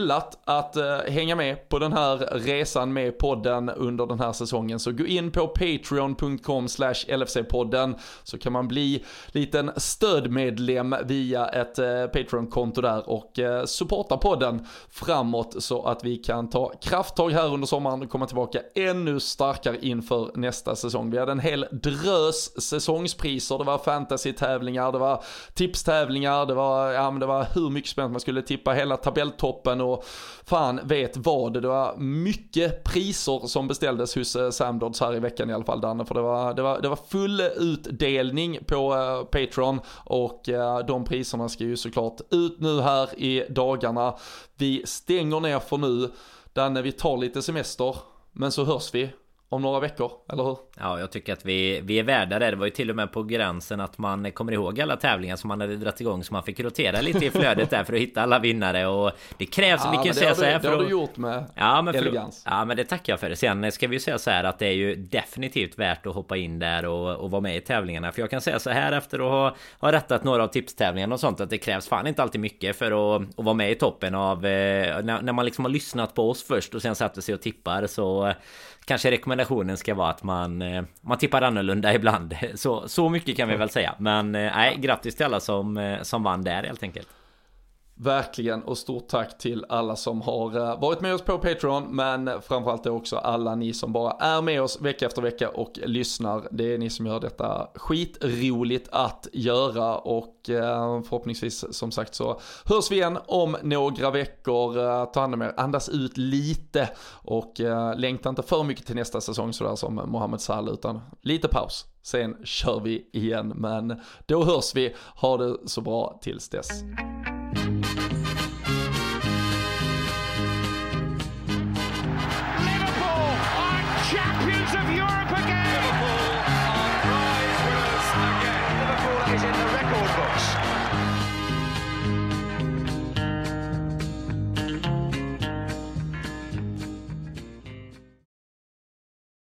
att hänga med på den här resan med podden under den här säsongen, så gå in på patreon.com/LFC-podden, så kan man bli liten stödmedlem via ett Patreon-konto där och supporta podden framåt, så att vi kan ta krafttag här under sommaren och komma tillbaka ännu starkare inför nästa säsong. Vi hade en hel drös säsongspriser, det var fantasy-tävlingar, det var tipstävlingar, det var hur mycket spännande, man skulle tippa hela tabelltoppen och fan vet vad. Det var mycket priser som beställdes hos Samdods här i veckan i alla fall, Danne, för det var full utdelning på Patreon, och de priserna ska ju såklart ut nu här i dagarna. Vi stänger ner för nu, Danne, vi tar lite semester, men så hörs vi om några veckor, eller hur? Ja, jag tycker att vi är värda det. Det var ju till och med på gränsen att man kommer ihåg alla tävlingar som man hade dragit igång, så man fick rotera lite i flödet där för att hitta alla vinnare. Och det krävs, vi kan säga så här, det har du gjort med elegans. Ja, men det tackar jag för. Sen ska vi ju säga så här att det är ju definitivt värt att hoppa in där och vara med i tävlingarna. För jag kan säga så här, efter att ha rättat några av tipstävlingarna och sånt, att det krävs fan inte alltid mycket för att vara med i toppen av när man liksom har lyssnat på oss först och sen sätter sig och tippar, så kanske rekommendationen ska vara att man tippar annorlunda ibland. Så mycket kan vi väl säga. Men nej, grattis till alla som vann där helt enkelt. Verkligen, och stort tack till alla som har varit med oss på Patreon, men framförallt också alla ni som bara är med oss vecka efter vecka och lyssnar. Det är ni som gör detta skitroligt att göra, och förhoppningsvis som sagt så hörs vi igen om några veckor. Ta hand om er, andas ut lite och längta inte för mycket till nästa säsong sådär som Mohamed Salah, utan lite paus. Sen kör vi igen, men då hörs vi. Ha det så bra tills dess. Champions of Europe again! Liverpool are prize winners again. Liverpool is in the record books.